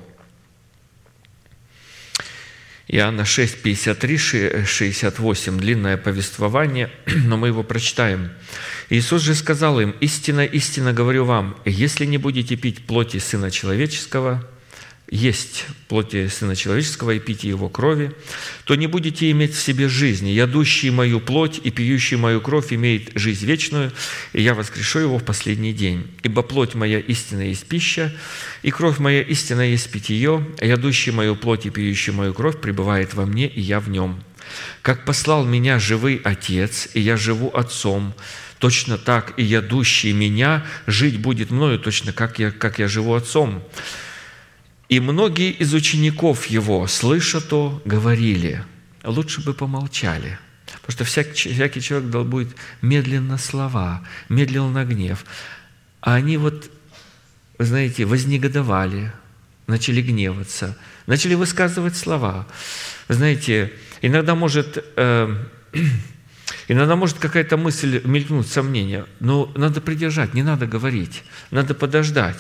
Иоанна шесть, пятьдесят три, шестьдесят восемь, длинное повествование, но мы его прочитаем. «Иисус же сказал им: истинно, истинно говорю вам, если не будете пить плоти Сына Человеческого, есть плоти Сына Человеческого и пить Его крови, то не будете иметь в себе жизни. Ядущий мою плоть и пьющий мою кровь имеет жизнь вечную, и я воскрешу его в последний день. Ибо плоть моя истинна есть пища, и кровь моя истинна есть питье, а ядущий мою плоть и пьющий мою кровь пребывает во мне, и я в нем. Как послал меня живый Отец, и я живу Отцом, точно так и ядущий меня жить будет мною, точно как я, как я живу Отцом». И многие из учеников Его, слыша то, говорили: лучше бы помолчали, потому что всякий, всякий человек дал будет медленно слова, медленно гнев. А они вот, вы знаете, вознегодовали, начали гневаться, начали высказывать слова. Вы знаете, иногда может, э, иногда может какая-то мысль мелькнуть, сомнение, но надо придержать, не надо говорить, надо подождать.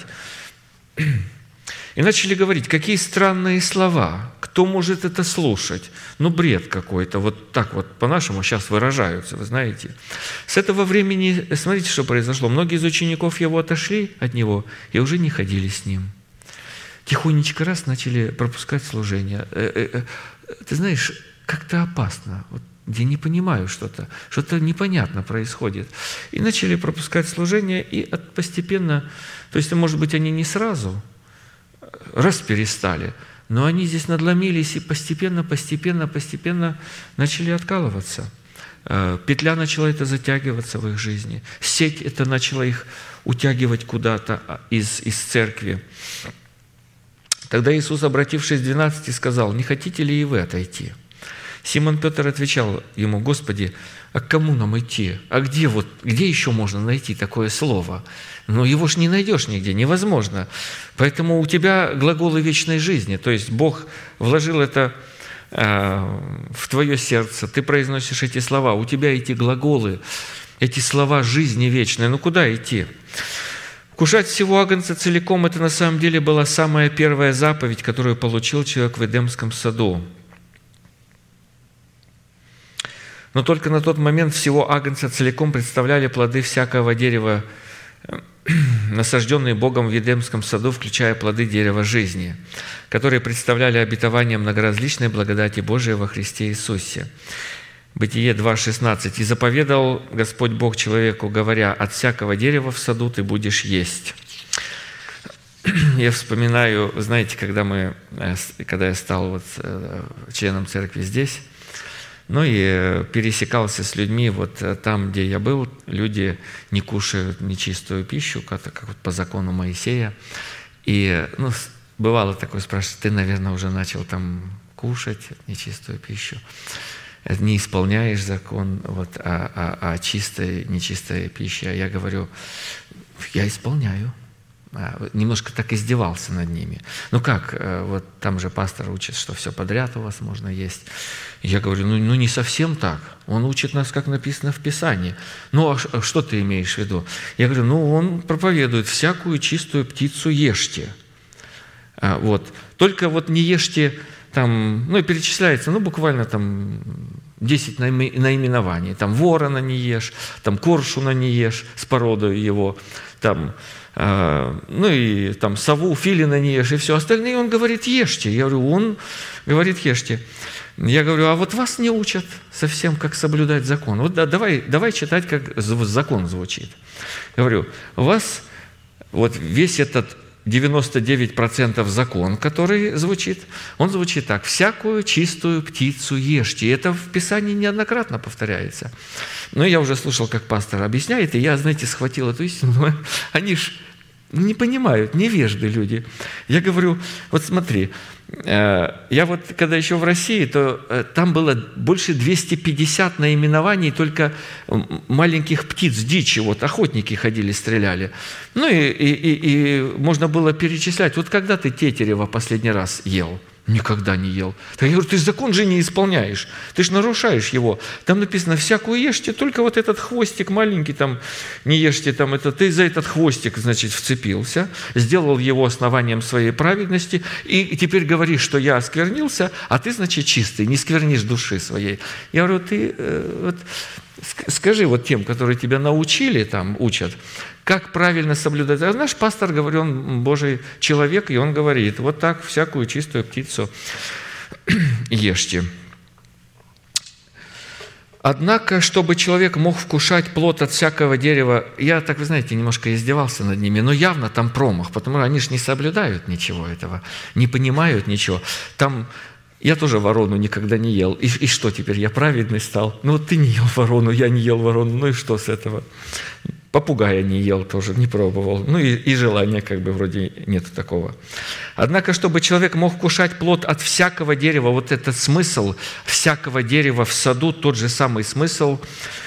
И начали говорить: какие странные слова, кто может это слушать? Ну, бред какой-то, вот так вот по-нашему сейчас выражаются, вы знаете. С этого времени, смотрите, что произошло. Многие из учеников Его отошли от Него и уже не ходили с Ним. Тихонечко раз начали пропускать служение. Ты знаешь, как-то опасно. Вот я не понимаю что-то, что-то непонятно происходит. И начали пропускать служение, и постепенно, то есть, может быть, они не сразу, раз перестали, но они здесь надломились и постепенно, постепенно, постепенно начали откалываться. Петля начала это затягиваться в их жизни. Сеть это начала их утягивать куда-то из, из церкви. Тогда Иисус, обратившись к двенадцати, сказал: «Не хотите ли и вы отойти?» Симон Петр отвечал ему: «Господи, а к кому нам идти? А где, вот, где еще можно найти такое слово? Ну, его ж не найдешь нигде, невозможно. Поэтому у тебя глаголы вечной жизни». То есть Бог вложил это э, в твое сердце, ты произносишь эти слова, у тебя эти глаголы, эти слова жизни вечной. Ну, куда идти? Кушать всего агнца целиком – это на самом деле была самая первая заповедь, которую получил человек в Эдемском саду. Но только на тот момент всего агнца целиком представляли плоды всякого дерева, насажденные Богом в Едемском саду, включая плоды дерева жизни, которые представляли обетование многоразличной благодати Божией во Христе Иисусе. Бытие два шестнадцать. «И заповедал Господь Бог человеку, говоря: от всякого дерева в саду ты будешь есть». Я вспоминаю, знаете, когда, мы, когда я стал вот членом церкви здесь, ну и пересекался с людьми, вот там, где я был, люди не кушают нечистую пищу, как, как вот по закону Моисея. И ну, бывало такое, спрашивают, ты, наверное, уже начал там кушать нечистую пищу, не исполняешь закон, вот, а, а, а чистая, нечистая пища. Я говорю, я исполняю. Немножко так издевался над ними. Ну как, вот там же пастор учит, что все подряд у вас можно есть. Я говорю, ну, ну не совсем так. Он учит нас, как написано в Писании. Ну а что ты имеешь в виду? Я говорю, ну он проповедует, всякую чистую птицу ешьте. А, вот. Только вот не ешьте там, ну и перечисляется, ну буквально там десять наименований. Там ворона не ешь, там коршуна не ешь с породой его, там, э, ну и там сову, филина не ешь, и все остальное. Он говорит, ешьте. Я говорю, он говорит, ешьте. Я говорю, а вот вас не учат совсем, как соблюдать закон. Вот да, давай, давай читать, как закон звучит. Я говорю, у вас вот весь этот девяносто девять процентов закон, который звучит, он звучит так. «Всякую чистую птицу ешьте». Это в Писании неоднократно повторяется. Но я уже слушал, как пастор объясняет, и я, знаете, схватил эту истину. Они ж не понимают, невежды люди. Я говорю, вот смотри, я вот, когда еще в России, то там было больше двухсот пятидесяти наименований только маленьких птиц, дичи, вот охотники ходили, стреляли. Ну и, и, и, и можно было перечислять. Вот когда ты тетерева последний раз ел? Никогда не ел. Так я говорю, ты закон же не исполняешь, ты же нарушаешь его. Там написано, всякую ешьте, только вот этот хвостик маленький, там, не ешьте, там, это, ты за этот хвостик, значит, вцепился, сделал его основанием своей праведности, и теперь говоришь, что я осквернился, а ты, значит, чистый, не сквернишь души своей. Я говорю, ты э, вот, скажи вот тем, которые тебя научили, там, учат, как правильно соблюдать. А наш пастор, говорит, он Божий человек, и он говорит, вот так всякую чистую птицу ешьте. Однако, чтобы человек мог вкушать плод от всякого дерева, я, так вы знаете, немножко издевался над ними, но явно там промах, потому что они же не соблюдают ничего этого, не понимают ничего. Там я тоже ворону никогда не ел. И, и что теперь, я праведный стал? Ну вот ты не ел ворону, я не ел ворону, ну и что с этого? Попугая не ел тоже, не пробовал. Ну и, и желания как бы вроде нету такого. Однако, чтобы человек мог вкушать плод от всякого дерева, вот этот смысл всякого дерева в саду, тот же самый смысл,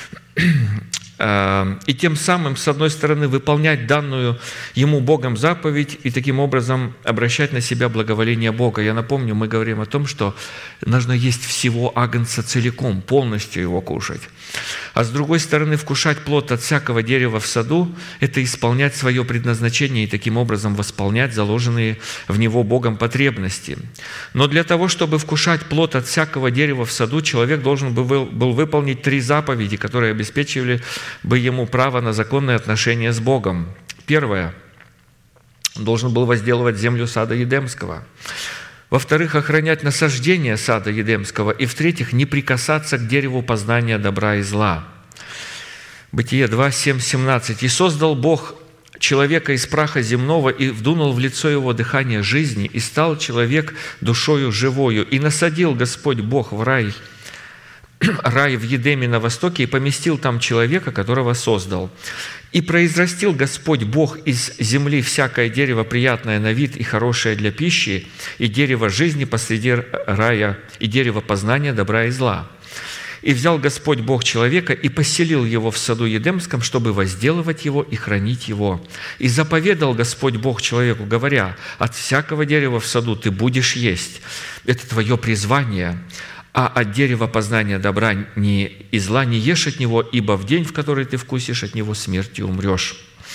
и тем самым, с одной стороны, выполнять данную ему Богом заповедь и таким образом обращать на себя благоволение Бога. Я напомню, мы говорим о том, что нужно есть всего агнца целиком, полностью его кушать. А с другой стороны, вкушать плод от всякого дерева в саду – это исполнять свое предназначение и таким образом восполнять заложенные в него Богом потребности. Но для того, чтобы вкушать плод от всякого дерева в саду, человек должен был, был выполнить три заповеди, которые обеспечивали бы ему право на законные отношения с Богом. Первое. Он должен был возделывать землю сада Едемского. Во-вторых, охранять насаждение сада Едемского. И в-третьих, не прикасаться к дереву познания добра и зла. Бытие два, семь, семнадцать. «И создал Бог человека из праха земного, и вдунул в лицо его дыхание жизни, и стал человек душою живою. И насадил Господь Бог в рай, рай в Едеме на востоке, и поместил там человека, которого создал. И произрастил Господь Бог из земли всякое дерево, приятное на вид и хорошее для пищи, и дерево жизни посреди рая, и дерево познания добра и зла. И взял Господь Бог человека и поселил его в саду Едемском, чтобы возделывать его и хранить его. И заповедал Господь Бог человеку, говоря, от всякого дерева в саду ты будешь есть. Это твое призвание. А от дерева познания добра и зла не ешь от него, ибо в день, в который ты вкусишь от него, смертью умрешь».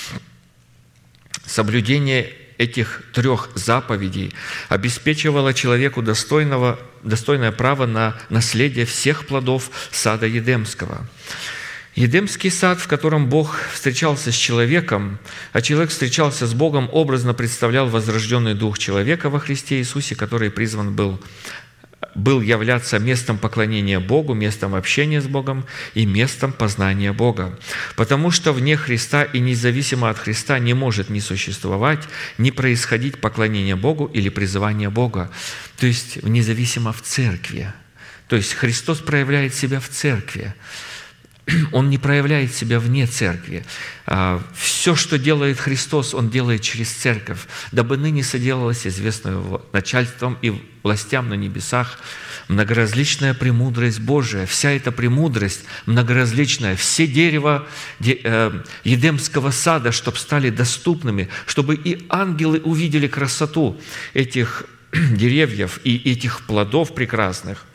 Соблюдение этих трех заповедей обеспечивало человеку достойного, достойное право на наследие всех плодов сада Едемского. Едемский сад, в котором Бог встречался с человеком, а человек встречался с Богом, образно представлял возрожденный дух человека во Христе Иисусе, который призван был был являться местом поклонения Богу, местом общения с Богом и местом познания Бога. Потому что вне Христа и независимо от Христа не может ни существовать, ни происходить поклонение Богу или призывание Бога. То есть независимо в церкви. То есть Христос проявляет себя в церкви. Он не проявляет себя вне церкви. Все, что делает Христос, Он делает через церковь, дабы ныне соделалось известную начальством и властям на небесах многоразличная премудрость Божия. Вся эта премудрость многоразличная, все дерева Едемского сада, чтобы стали доступными, чтобы и ангелы увидели красоту этих деревьев и этих плодов прекрасных.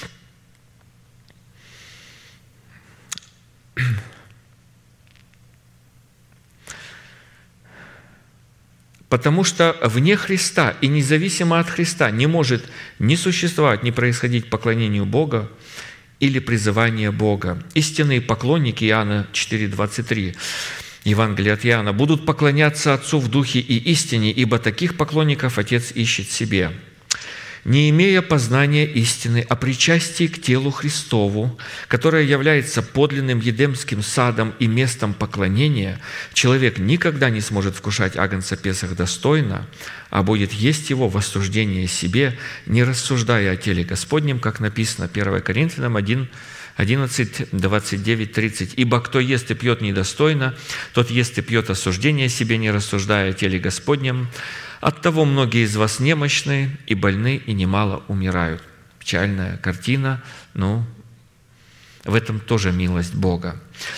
Потому что вне Христа и независимо от Христа не может ни существовать, ни происходить поклонению Бога или призывание Бога. Истинные поклонники, Иоанна четыре двадцать три, Евангелие от Иоанна, будут поклоняться Отцу в Духе и истине, ибо таких поклонников Отец ищет себе. Не имея познания истины о причастии к телу Христову, которое является подлинным Едемским садом и местом поклонения, человек никогда не сможет вкушать агнца Песах достойно, а будет есть его в осуждении себе, не рассуждая о теле Господнем, как написано первое Коринфянам один, одиннадцать, двадцать девять, тридцать. «Ибо кто ест и пьет недостойно, тот ест и пьет осуждение себе, не рассуждая о теле Господнем. Оттого многие из вас немощны и больны, и немало умирают». Печальная картина, но в этом тоже милость Бога.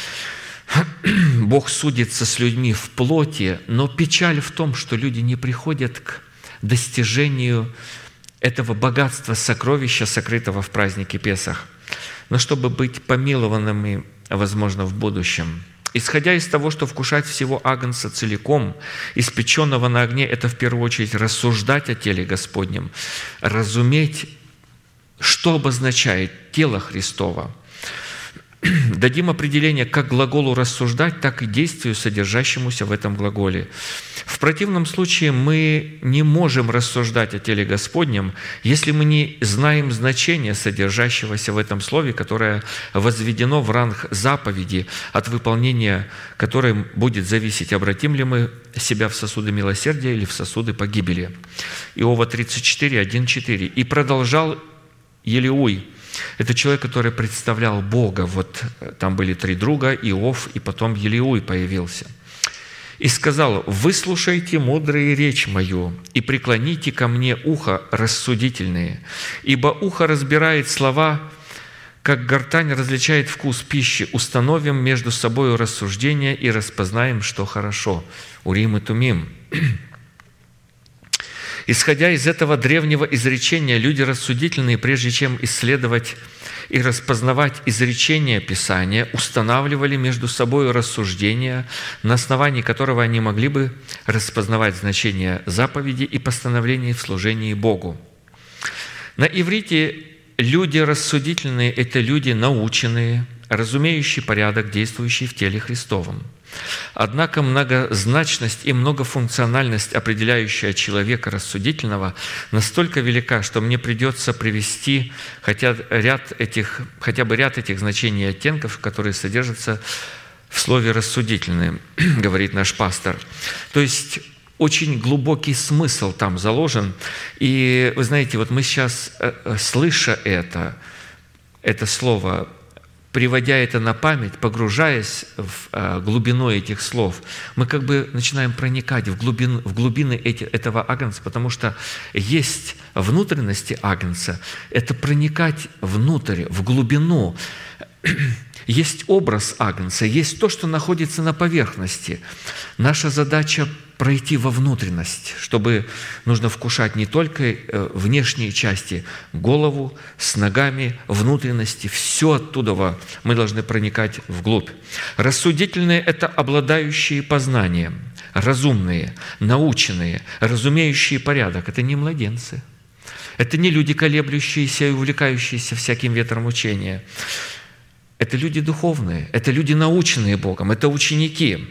Бог судится с людьми в плоти, но печаль в том, что люди не приходят к достижению этого богатства сокровища, сокрытого в празднике Песах, но чтобы быть помилованными, возможно, в будущем. Исходя из того, что вкушать всего агнца целиком, испеченного на огне, это в первую очередь рассуждать о теле Господнем, разуметь, что обозначает тело Христово. Дадим определение как глаголу «рассуждать», так и действию, содержащемуся в этом глаголе. В противном случае мы не можем рассуждать о теле Господнем, если мы не знаем значения содержащегося в этом слове, которое возведено в ранг заповеди, от выполнения которой будет зависеть, обратим ли мы себя в сосуды милосердия или в сосуды погибели. Иова тридцать четыре, один, четыре. «И продолжал Елеуй». Это человек, который представлял Бога. Вот там были три друга, Иов, и потом Елеуй появился. «И сказал: выслушайте, мудрые, речь мою, и преклоните ко мне ухо рассудительные, ибо ухо разбирает слова, как гортань различает вкус пищи. Установим между собою рассуждения и распознаем, что хорошо». Урим и Тумим. Исходя из этого древнего изречения, люди рассудительные, прежде чем исследовать и распознавать изречения Писания, устанавливали между собой рассуждения, на основании которого они могли бы распознавать значение заповедей и постановлений в служении Богу. На иврите люди рассудительные – это люди наученные, разумеющие порядок, действующий в теле Христовом. Однако многозначность и многофункциональность, определяющая человека рассудительного, настолько велика, что мне придется привести хотя, ряд этих, хотя бы ряд этих значений и оттенков, которые содержатся в слове «рассудительные», говорит наш пастор. То есть очень глубокий смысл там заложен. И вы знаете, вот мы сейчас, слыша это, это слово, приводя это на память, погружаясь в глубину этих слов, мы как бы начинаем проникать в глубину, в глубины эти, этого агнца, потому что есть внутренности агнца, это проникать внутрь, в глубину. Есть образ агнца, есть то, что находится на поверхности. Наша задача – пройти во внутренность, чтобы нужно вкушать не только внешние части, голову с ногами, внутренности, все оттуда мы должны проникать вглубь. Рассудительные – это обладающие познанием, разумные, наученные, разумеющие порядок. Это не младенцы, это не люди, колеблющиеся и увлекающиеся всяким ветром учения. Это люди духовные, это люди, наученные Богом, это ученики,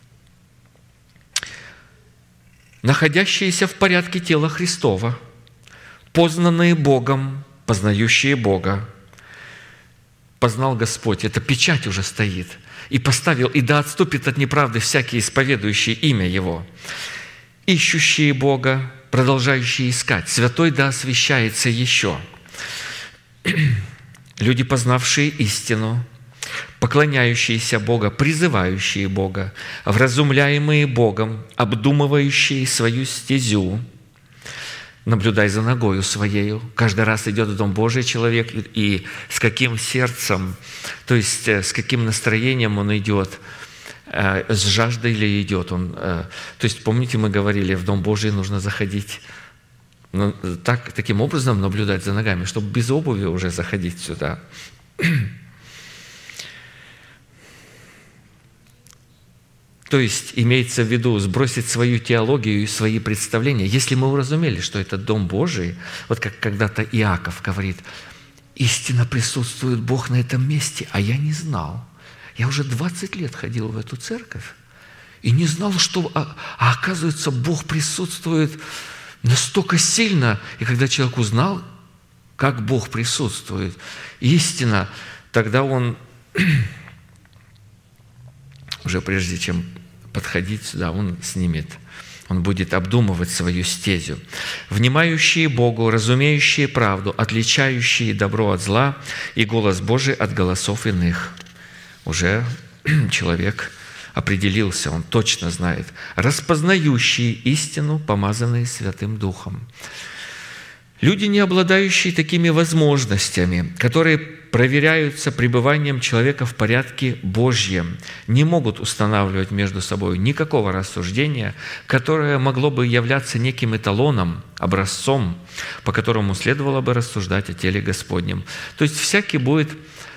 находящиеся в порядке тела Христова, познанные Богом, познающие Бога. Познал Господь, эта печать уже стоит, и поставил, и да отступит от неправды всякие исповедующие имя Его, ищущие Бога, продолжающие искать, святой да освящается еще. Люди, познавшие истину, поклоняющиеся Бога, призывающие Бога, вразумляемые Богом, обдумывающие свою стезю. Наблюдай за ногою своею. Каждый раз идет в Дом Божий человек, и с каким сердцем, то есть с каким настроением он идет, с жаждой ли идет он. То есть, помните, мы говорили, в Дом Божий нужно заходить, ну, так, таким образом наблюдать за ногами, чтобы без обуви уже заходить сюда. То есть имеется в виду сбросить свою теологию и свои представления. Если мы уразумели, что это Дом Божий, вот как когда-то Иаков говорит, истинно присутствует Бог на этом месте, а я не знал. Я уже двадцать лет ходил в эту церковь и не знал, что... А, а оказывается, Бог присутствует настолько сильно. И когда человек узнал, как Бог присутствует, истинно, тогда он... уже прежде чем подходить сюда, он снимет, он будет обдумывать свою стезю. «Внимающие Богу, разумеющие правду, отличающие добро от зла и голос Божий от голосов иных». Уже человек определился, он точно знает. «Распознающие истину, помазанные Святым Духом». Люди, не обладающие такими возможностями, которые проверяются пребыванием человека в порядке Божьем, не могут устанавливать между собой никакого рассуждения, которое могло бы являться неким эталоном, образцом, по которому следовало бы рассуждать о теле Господнем. То есть всякий будет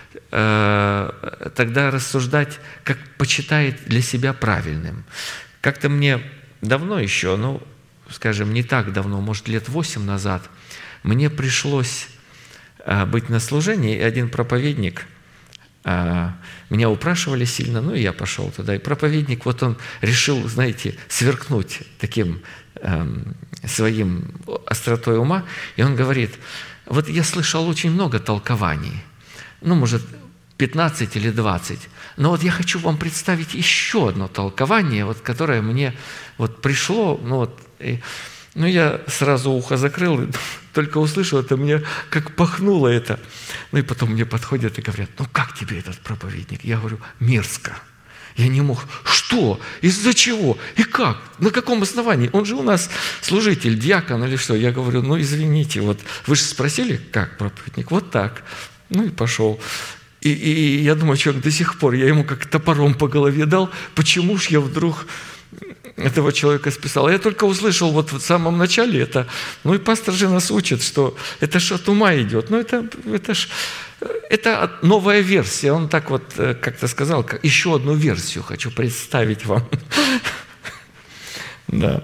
э, тогда рассуждать, как почитает для себя правильным. Как-то мне давно еще, ну, скажем, не так давно, может, лет восемь назад, мне пришлось быть на служении, и один проповедник, меня упрашивали сильно, ну и я пошел туда. И проповедник, вот он решил, знаете, сверкнуть таким своим остротой ума, и он говорит, вот я слышал очень много толкований, ну, может, пятнадцать или двадцать, но вот я хочу вам представить еще одно толкование, вот, которое мне вот пришло, ну вот, и, ну я сразу ухо закрыл, и только услышал это, мне как пахнуло это. Ну и потом мне подходят и говорят, ну как тебе этот проповедник? Я говорю, мерзко. Я не мог. Что? Из-за чего? И как? На каком основании? Он же у нас служитель, диакон или что? Я говорю, ну извините, вот вы же спросили, как проповедник? Вот так. Ну и пошел. И, и я думаю, человек до сих пор, я ему как топором по голове дал, почему ж я вдруг этого человека списал. Я только услышал вот в самом начале это, ну и пастор же нас учит, что это ж от ума идет. Ну это, это ж это новая версия. Он так вот как-то сказал, еще одну версию хочу представить вам. Да.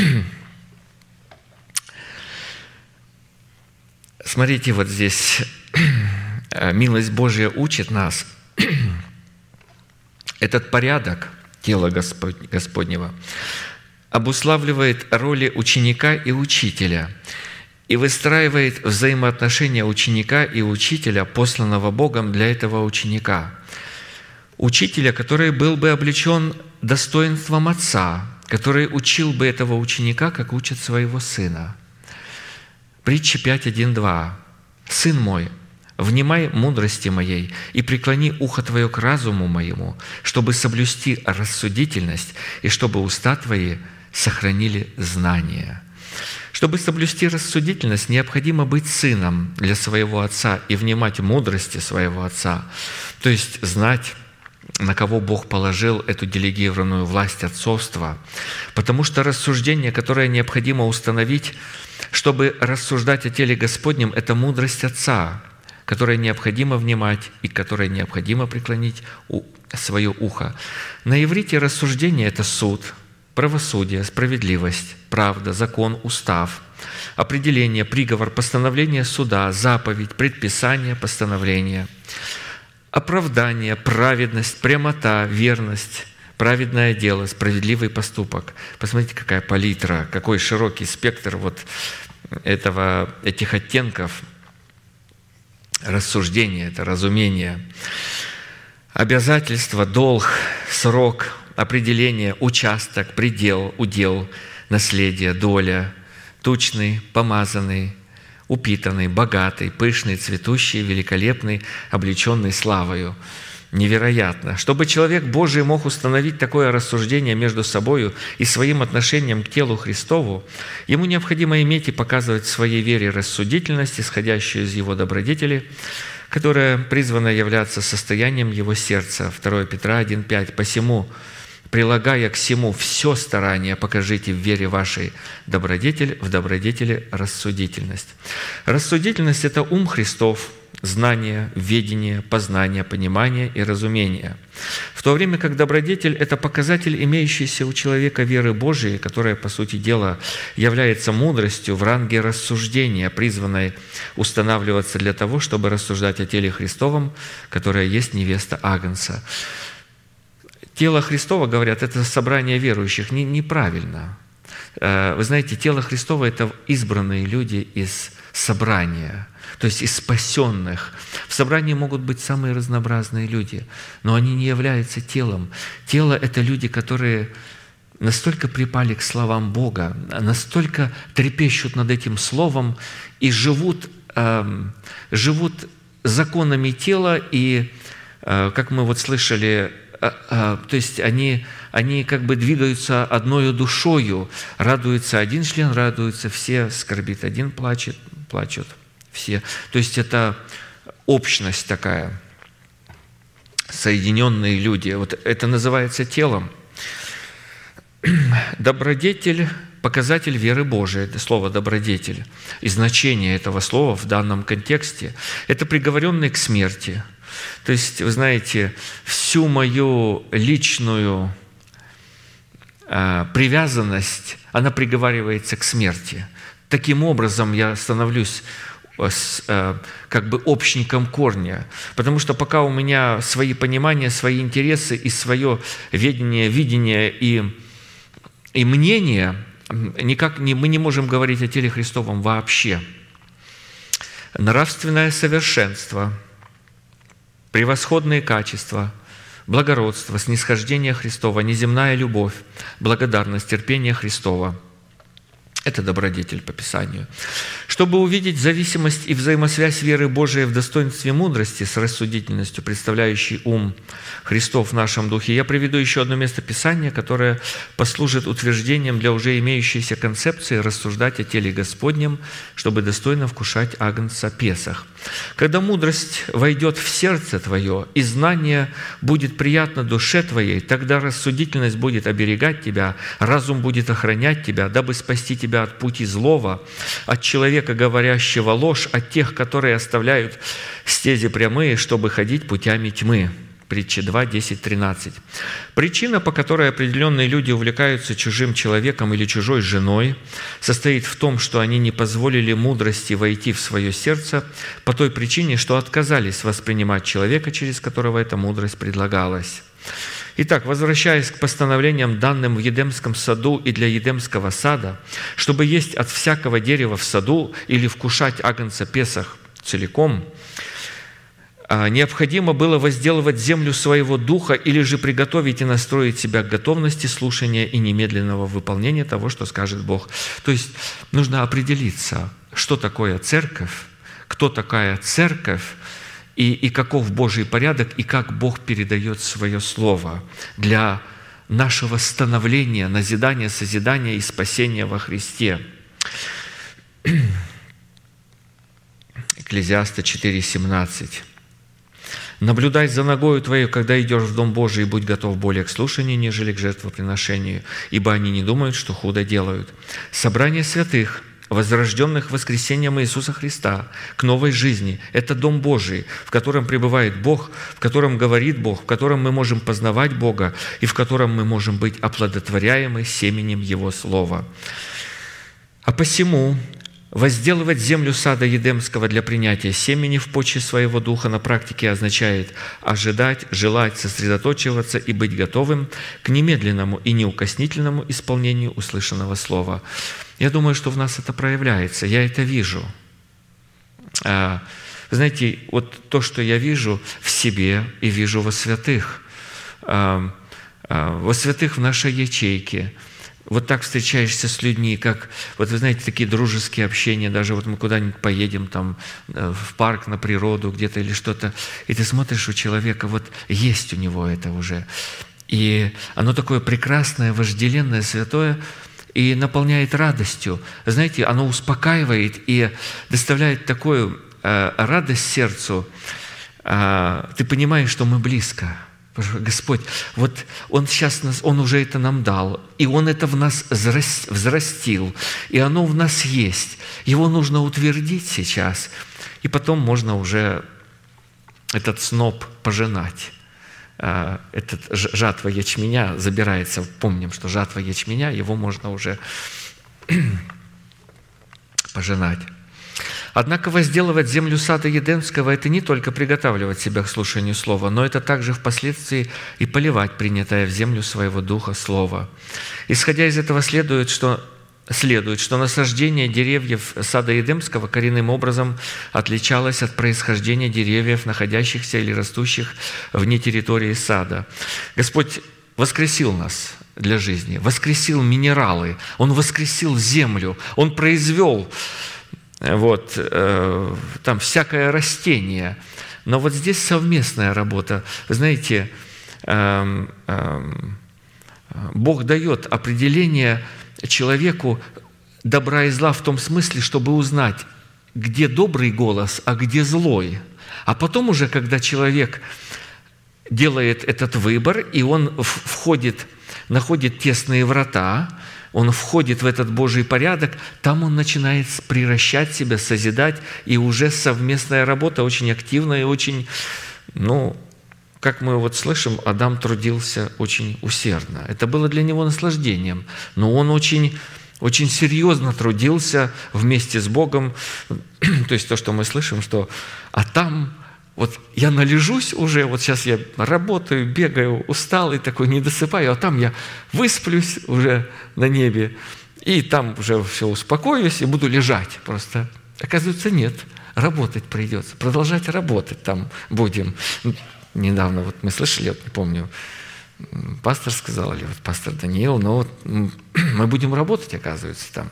Смотрите, вот здесь милость Божья учит нас. Этот порядок тела Господнего обуславливает роли ученика и учителя и выстраивает взаимоотношения ученика и учителя, посланного Богом для этого ученика. Учителя, который был бы облечен достоинством отца, который учил бы этого ученика, как учит своего сына. Притча пять, один, два. «Сын мой, внимай мудрости моей и преклони ухо твое к разуму моему, чтобы соблюсти рассудительность и чтобы уста твои сохранили знания». Чтобы соблюсти рассудительность, необходимо быть сыном для своего отца и внимать мудрости своего отца, то есть знать, на кого Бог положил эту делегированную власть отцовства, потому что рассуждение, которое необходимо установить, чтобы рассуждать о теле Господнем, это мудрость Отца, которой необходимо внимать и которой необходимо преклонить свое ухо. На иврите рассуждение – это суд, правосудие, справедливость, правда, закон, устав, определение, приговор, постановление суда, заповедь, предписание, постановление, оправдание, праведность, прямота, верность, праведное дело, справедливый поступок. Посмотрите, какая палитра, какой широкий спектр вот этого, этих оттенков рассуждения, это разумение, обязательство, долг, срок, определение, участок, предел, удел, наследие, доля, тучный, помазанный, упитанный, богатый, пышный, цветущий, великолепный, облеченный славою. невероятно. Чтобы человек Божий мог установить такое рассуждение между собою и своим отношением к телу Христову, ему необходимо иметь и показывать в своей вере рассудительность, исходящую из его добродетели, которая призвана являться состоянием его сердца. второе Петра один пять. «Посему, прилагая к всему все старание, покажите в вере вашей добродетель, в добродетели рассудительность». Рассудительность – это ум Христов, знание, ведение, познание, понимание и разумение. В то время как добродетель – это показатель имеющийся у человека веры Божией, которая, по сути дела, является мудростью в ранге рассуждения, призванной устанавливаться для того, чтобы рассуждать о теле Христовом, которое есть невеста Агнца. Тело Христово, говорят, это собрание верующих. Не, неправильно. Вы знаете, тело Христово – это избранные люди из собрания, то есть из спасенных. В собрании могут быть самые разнообразные люди, но они не являются телом. Тело – это люди, которые настолько припали к словам Бога, настолько трепещут над этим словом и живут, э, живут законами тела, и, э, как мы вот слышали, э, э, то есть они, они как бы двигаются одною душою. Радуется один член, радуются все, скорбит один, плачет, плачут все. То есть это общность такая, соединенные люди. Вот это называется телом. Добродетель – показатель веры Божией. Это слово «добродетель». И значение этого слова в данном контексте – это приговоренный к смерти. То есть, вы знаете, всю мою личную э, привязанность, она приговаривается к смерти. Таким образом, я становлюсь с, э, как бы общником корня. Потому что пока у меня свои понимания, свои интересы и свое видение, видение и, и мнение, никак не, мы не можем говорить о теле Христовом вообще. Нравственное совершенство, превосходные качества, благородство, снисхождение Христова, неземная любовь, благодарность, терпение Христова – это добродетель по Писанию. Чтобы увидеть зависимость и взаимосвязь веры Божией в достоинстве мудрости с рассудительностью, представляющей ум Христов в нашем духе, я приведу еще одно место Писания, которое послужит утверждением для уже имеющейся концепции рассуждать о теле Господнем, чтобы достойно вкушать агнца Песах. «Когда мудрость войдет в сердце твое, и знание будет приятно душе твоей, тогда рассудительность будет оберегать тебя, разум будет охранять тебя, дабы спасти тебя от пути злого, от человека, говорящего ложь, от тех, которые оставляют стези прямые, чтобы ходить путями тьмы». Притча два, десять, тринадцать. Причина, по которой определенные люди увлекаются чужим человеком или чужой женой, состоит в том, что они не позволили мудрости войти в свое сердце по той причине, что отказались воспринимать человека, через которого эта мудрость предлагалась. Итак, возвращаясь к постановлениям, данным в Едемском саду и для Едемского сада, чтобы есть от всякого дерева в саду или вкушать агнца Песах целиком, необходимо было возделывать землю своего духа или же приготовить и настроить себя к готовности слушания и немедленного выполнения того, что скажет Бог. То есть нужно определиться, что такое церковь, кто такая церковь, и, и каков Божий порядок, и как Бог передает свое Слово для нашего становления, назидания, созидания и спасения во Христе. Экклезиаста четыре, семнадцать. «Наблюдай за ногою твоей, когда идешь в Дом Божий, и будь готов более к слушанию, нежели к жертвоприношению, ибо они не думают, что худо делают. Собрание святых, возрожденных воскресением Иисуса Христа к новой жизни – это Дом Божий, в котором пребывает Бог, в котором говорит Бог, в котором мы можем познавать Бога и в котором мы можем быть оплодотворяемы семенем Его Слова. А посему возделывать землю сада Едемского для принятия семени в почве своего духа на практике означает ожидать, желать, сосредоточиваться и быть готовым к немедленному и неукоснительному исполнению услышанного слова». Я думаю, что в нас это проявляется, я это вижу. Вы знаете, вот то, что я вижу в себе и вижу во святых, во святых в нашей ячейке, вот так встречаешься с людьми, как, вот вы знаете, такие дружеские общения, даже вот мы куда-нибудь поедем, там, в парк, на природу где-то или что-то, и ты смотришь у человека, вот есть у него это уже. И оно такое прекрасное, вожделенное, святое, и наполняет радостью. Знаете, оно успокаивает и доставляет такую э, радость сердцу. Э, ты понимаешь, что мы близко. Господь, вот Он сейчас нас, Он уже это нам дал, и Он это в нас взрастил, и оно в нас есть. Его нужно утвердить сейчас, и потом можно уже этот сноп пожинать. Этот жатва ячменя забирается, помним, что жатва ячменя, его можно уже пожинать. Однако возделывать землю сада Едемского – это не только приготавливать себя к слушанию Слова, но это также впоследствии и поливать принятое в землю своего Духа Слово. Исходя из этого следует, что, следует, что насаждение деревьев сада Едемского коренным образом отличалось от происхождения деревьев, находящихся или растущих вне территории сада. Господь воскресил нас для жизни, воскресил минералы, Он воскресил землю, Он произвел вот, э, там всякое растение. Но вот здесь совместная работа. Вы знаете, э, э, Бог дает определение человеку добра и зла в том смысле, чтобы узнать, где добрый голос, а где злой. А потом уже, когда человек делает этот выбор, и он входит, находит тесные врата, он входит в этот Божий порядок, там он начинает приращать себя, созидать, и уже совместная работа очень активная и очень, ну, как мы вот слышим, Адам трудился очень усердно. Это было для него наслаждением, но он очень, очень серьезно трудился вместе с Богом. То есть то, что мы слышим, что «а там вот я належусь уже, вот сейчас я работаю, бегаю, устал и такой не досыпаю, а там я высплюсь уже на небе, и там уже все успокоюсь и буду лежать просто». Оказывается, нет, работать придется, продолжать работать там будем. Недавно вот мы слышали, вот не помню, пастор сказал, или вот пастор Даниил, но вот мы будем работать, оказывается, там.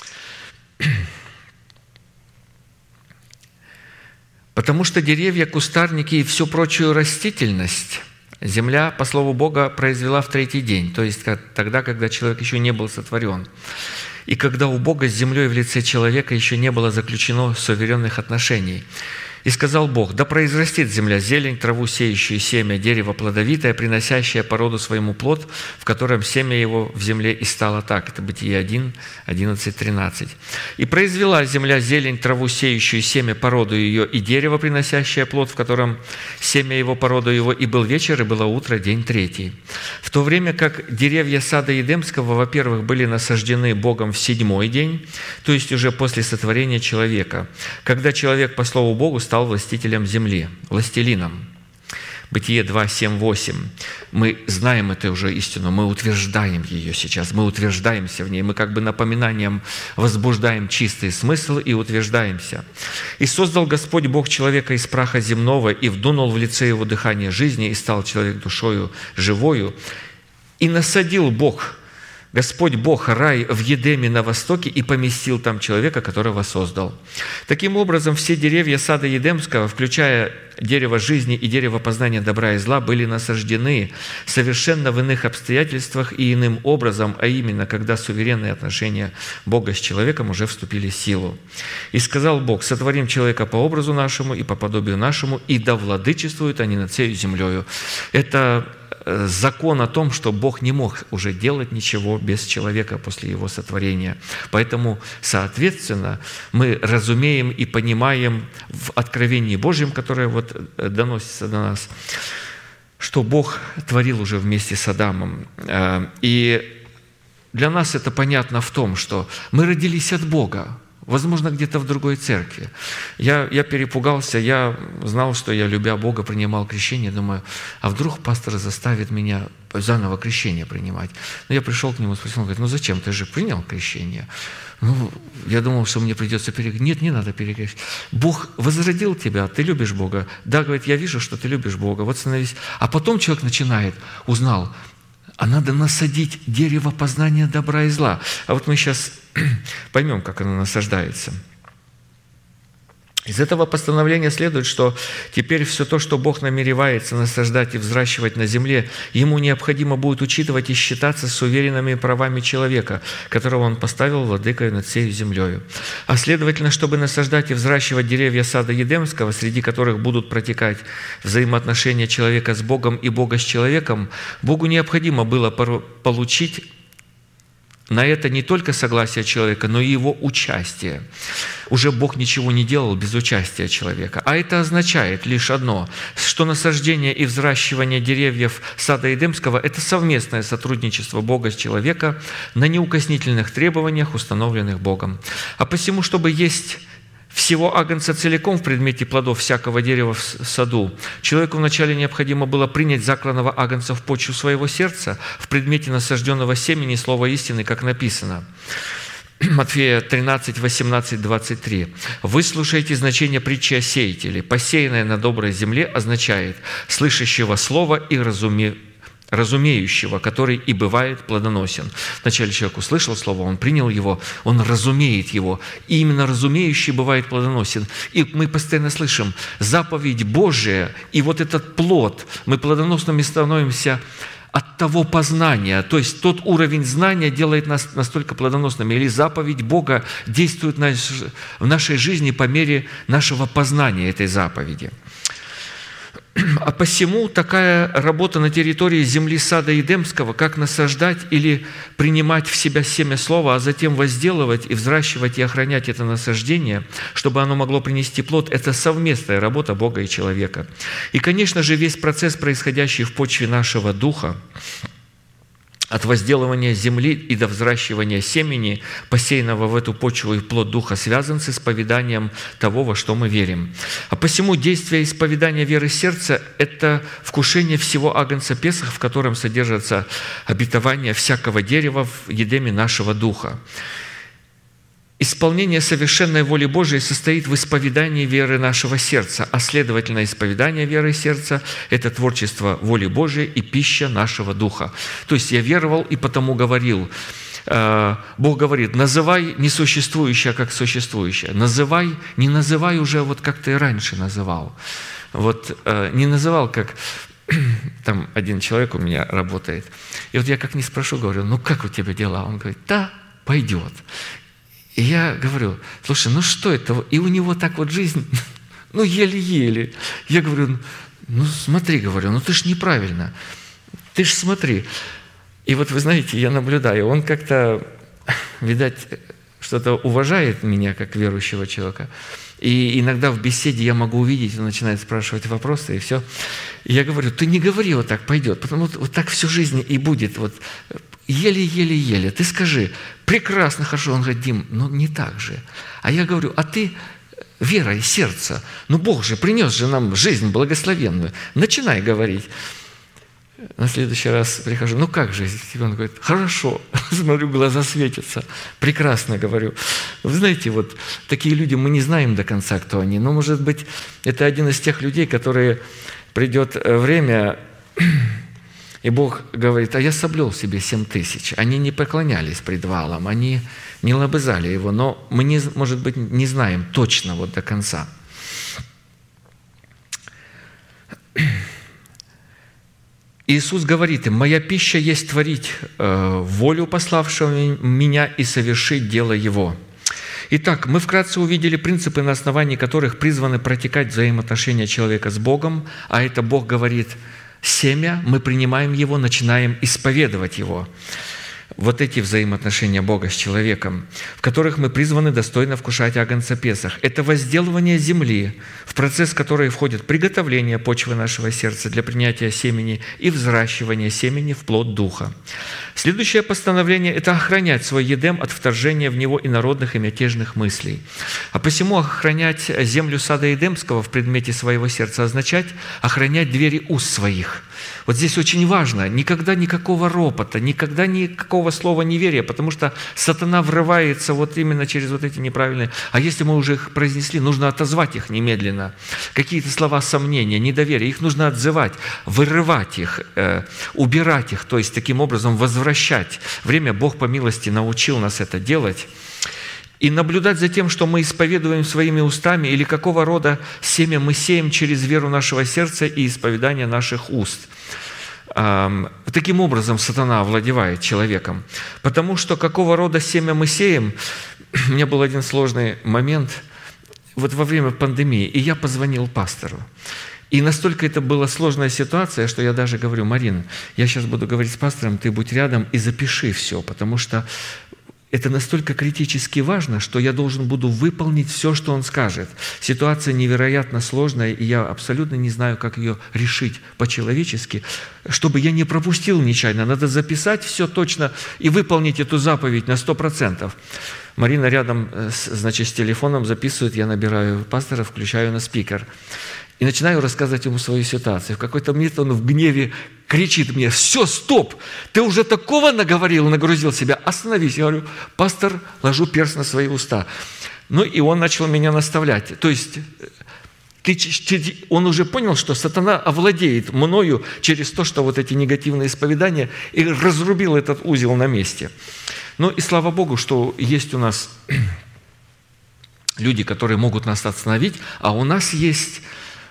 Потому что деревья, кустарники и всю прочую растительность земля, по слову Бога, произвела в третий день, то есть тогда, когда человек еще не был сотворен. И когда у Бога с землей в лице человека еще не было заключено суверенных отношений. «И сказал Бог, да произрастет земля зелень, траву сеющую семя, дерево плодовитое, приносящее по роду своему плод, в котором семя его в земле и стало так». Это Бытие один, одиннадцать, тринадцать. «И произвела земля зелень, траву сеющую семя по роду ее, и дерево, приносящее плод, в котором семя его по роду его, и был вечер, и было утро, день третий. В то время как деревья сада Едемского, во-первых, были насаждены Богом в седьмой день, то есть уже после сотворения человека, когда человек, по слову Богу, стал властителем земли, властелином». Бытие два, семь, восемь. Мы знаем эту уже истину, мы утверждаем ее сейчас, мы утверждаемся в ней, мы как бы напоминанием возбуждаем чистый смысл и утверждаемся. «И создал Господь Бог человека из праха земного, и вдунул в лице его дыхание жизни, и стал человек душою живою, и насадил Бог, Господь Бог, рай в Едеме на востоке, и поместил там человека, которого создал». Таким образом, все деревья сада Едемского, включая дерево жизни и дерево познания добра и зла, были насаждены совершенно в иных обстоятельствах и иным образом, а именно, когда суверенные отношения Бога с человеком уже вступили в силу. «И сказал Бог, сотворим человека по образу нашему и по подобию нашему, и да владычествуют они над всею землею». Это закон о том, что Бог не мог уже делать ничего без человека после его сотворения. Поэтому, соответственно, мы разумеем и понимаем в откровении Божьем, которое вот доносится до нас, что Бог творил уже вместе с Адамом. И для нас это понятно в том, что мы родились от Бога, возможно, где-то в другой церкви. Я, я перепугался, я знал, что я, любя Бога, принимал крещение. Думаю, а вдруг пастор заставит меня заново крещение принимать? Но я пришел к нему и спросил, он говорит, ну зачем, ты же принял крещение? Ну, я думал, что мне придется перекрестить. Нет, не надо перекрестить. Бог возродил тебя, ты любишь Бога. Да, говорит, я вижу, что ты любишь Бога, вот становись. А потом человек начинает, узнал, а надо насадить дерево познания добра и зла. А вот мы сейчас поймем, как оно насаждается. Из этого постановления следует, что теперь все то, что Бог намеревается насаждать и взращивать на земле, Ему необходимо будет учитывать и считаться с уверенными правами человека, которого Он поставил владыкой над всей землей. А следовательно, чтобы насаждать и взращивать деревья сада Едемского, среди которых будут протекать взаимоотношения человека с Богом и Бога с человеком, Богу необходимо было получить на это не только согласие человека, но и его участие. Уже Бог ничего не делал без участия человека. А это означает лишь одно, что насаждение и взращивание деревьев сада Эдемского – это совместное сотрудничество Бога с человеком на неукоснительных требованиях, установленных Богом. А посему, чтобы есть всего агнца целиком в предмете плодов всякого дерева в саду, человеку вначале необходимо было принять закланного агнца в почву своего сердца в предмете насажденного семени слова истины, как написано. Матфея тринадцать, восемнадцать, двадцать три. «Вы слушаете значение притчи о сеятеле. Посеянное на доброй земле означает слышащего слова и разумеющего, разумеющего, который и бывает плодоносен». Вначале человек услышал слово, он принял его, он разумеет его. И именно разумеющий бывает плодоносен. И мы постоянно слышим заповедь Божия, и вот этот плод, мы плодоносными становимся от того познания, то есть тот уровень знания делает нас настолько плодоносными, или заповедь Бога действует в нашей жизни по мере нашего познания этой заповеди. А посему такая работа на территории земли сада Едемского, как насаждать или принимать в себя семя слова, а затем возделывать и взращивать и охранять это насаждение, чтобы оно могло принести плод, это совместная работа Бога и человека. И, конечно же, весь процесс, происходящий в почве нашего духа, от возделывания земли и до взращивания семени, посеянного в эту почву и плод Духа, связан с исповеданием того, во что мы верим. А посему действие исповедания веры сердца – это вкушение всего агнца Песах, в котором содержится обетование всякого дерева в едеме нашего духа. Исполнение совершенной воли Божией состоит в исповедании веры нашего сердца, а следовательно, исповедание веры сердца – это творчество воли Божией и пища нашего духа. То есть я веровал и потому говорил. Бог говорит: называй несуществующее как существующее. Называй, не называй уже вот как ты раньше называл. Вот не называл, как там один человек у меня работает. И вот я как не спрошу, говорю: ну как у тебя дела? Он говорит: да, пойдет. И я говорю: слушай, ну что это? И у него так вот жизнь, ну еле-еле. Я говорю: ну смотри, говорю, ну ты ж неправильно. Ты ж смотри. И вот вы знаете, я наблюдаю, он как-то, видать, что-то уважает меня, как верующего человека. И иногда в беседе я могу увидеть, он начинает спрашивать вопросы, и все. И я говорю: ты не говори, вот так пойдет, потому что вот так всю жизнь и будет. Вот еле-еле-еле. Ты скажи: прекрасно, хорошо. Он говорит: Дим, ну не так же. А я говорю: а ты вера и сердце. Ну Бог же принес же нам жизнь благословенную. Начинай говорить. На следующий раз прихожу: ну как же? И он говорит: хорошо. Смотрю, глаза светятся. Прекрасно, говорю. Вы знаете, вот такие люди, мы не знаем до конца, кто они. Но, может быть, это один из тех людей, которые придет время, и Бог говорит: а я соблюл себе семь тысяч. Они не поклонялись пред Ваалом, они не лобызали его, но мы, не, может быть, не знаем точно вот до конца. Иисус говорит им: «Моя пища есть творить э, волю пославшего Меня и совершить дело Его». Итак, мы вкратце увидели принципы, на основании которых призваны протекать взаимоотношения человека с Богом, а это Бог говорит: семя, мы принимаем его, начинаем исповедовать его. Вот эти взаимоотношения Бога с человеком, в которых мы призваны достойно вкушать агнца Песах. Это возделывание земли, в процесс которой входит приготовление почвы нашего сердца для принятия семени и взращивание семени в плод Духа. Следующее постановление – это охранять свой едем от вторжения в него инородных и мятежных мыслей. А посему охранять землю сада Едемского в предмете своего сердца означать охранять двери уст своих – Вот здесь очень важно, никогда никакого ропота, никогда никакого слова неверия, потому что сатана врывается вот именно через вот эти неправильные. А если мы уже их произнесли, нужно отозвать их немедленно. Какие-то слова сомнения, недоверия, их нужно отзывать, вырывать их, э, убирать их, то есть таким образом возвращать. Время Бог по милости научил нас это делать. И наблюдать за тем, что мы исповедуем своими устами, или какого рода семя мы сеем через веру нашего сердца и исповедание наших уст. Таким образом сатана овладевает человеком. Потому что какого рода семя мы сеем, у меня был один сложный момент, вот во время пандемии, и я позвонил пастору. И настолько это была сложная ситуация, что я даже говорю: Марина, я сейчас буду говорить с пастором, ты будь рядом и запиши все, потому что это настолько критически важно, что я должен буду выполнить все, что он скажет. Ситуация невероятно сложная, и я абсолютно не знаю, как ее решить по-человечески, чтобы я не пропустил нечаянно. Надо записать все точно и выполнить эту заповедь на сто процентов. Марина рядом, значит, с телефоном записывает, я набираю пастора, включаю на спикер. И начинаю рассказывать ему свою ситуацию. В какой-то момент он в гневе кричит мне: «Все, стоп! Ты уже такого наговорил, нагрузил себя, остановись!» Я говорю: «Пастор, ложу перст на свои уста». Ну и он начал меня наставлять. То есть ты, ты, он уже понял, что сатана овладеет мною через то, что вот эти негативные исповедания, и разрубил этот узел на месте. Ну и слава Богу, что есть у нас люди, которые могут нас остановить, а у нас есть,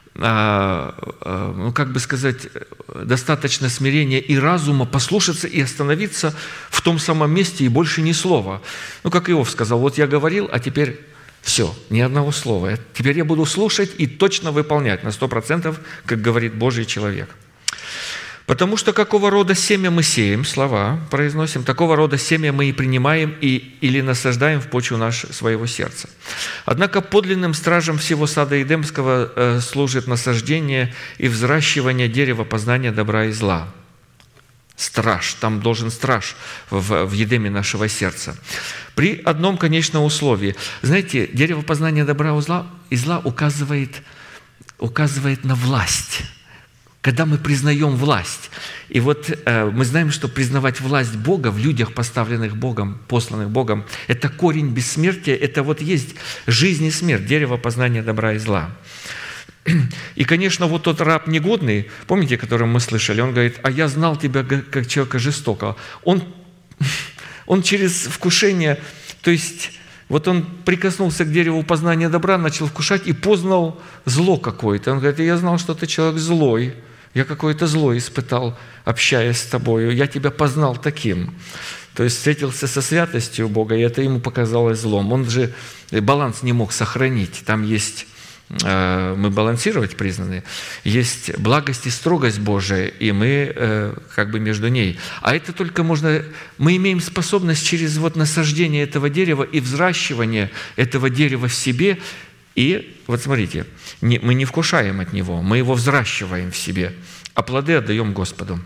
ну, как бы сказать, достаточно смирения и разума послушаться и остановиться в том самом месте, и больше ни слова. Ну, как Иов сказал: вот я говорил, а теперь все, ни одного слова. Теперь я буду слушать и точно выполнять на сто процентов, как говорит Божий человек. Потому что какого рода семя мы сеем, слова произносим, такого рода семя мы и принимаем и, или насаждаем в почву наш, своего сердца. Однако подлинным стражем всего сада Эдемского э, служит насаждение и взращивание дерева познания добра и зла. Страж, там должен страж в, в Едеме нашего сердца. При одном конечном условии. Знаете, дерево познания добра и зла, и зла указывает, указывает на власть. Когда мы признаем власть. И вот э, мы знаем, что признавать власть Бога в людях, поставленных Богом, посланных Богом, это корень бессмертия, это вот есть жизнь и смерть, дерево познания добра и зла. И, конечно, вот тот раб негодный, помните, о котором мы слышали, он говорит: «А я знал тебя как человека жестокого». Он, он через вкушение, то есть вот он прикоснулся к дереву познания добра, начал вкушать и познал зло какое-то. Он говорит: «Я знал, что ты человек злой, я какое-то зло испытал, общаясь с тобою, я тебя познал таким». То есть встретился со святостью Бога, и это ему показалось злом. Он же баланс не мог сохранить. Там есть, мы балансировать признаны, есть благость и строгость Божия, и мы как бы между ней. А это только можно, мы имеем способность через вот насаждение этого дерева и взращивание этого дерева в себе. И вот смотрите, не, мы не вкушаем от него, мы его взращиваем в себе, а плоды отдаем Господу.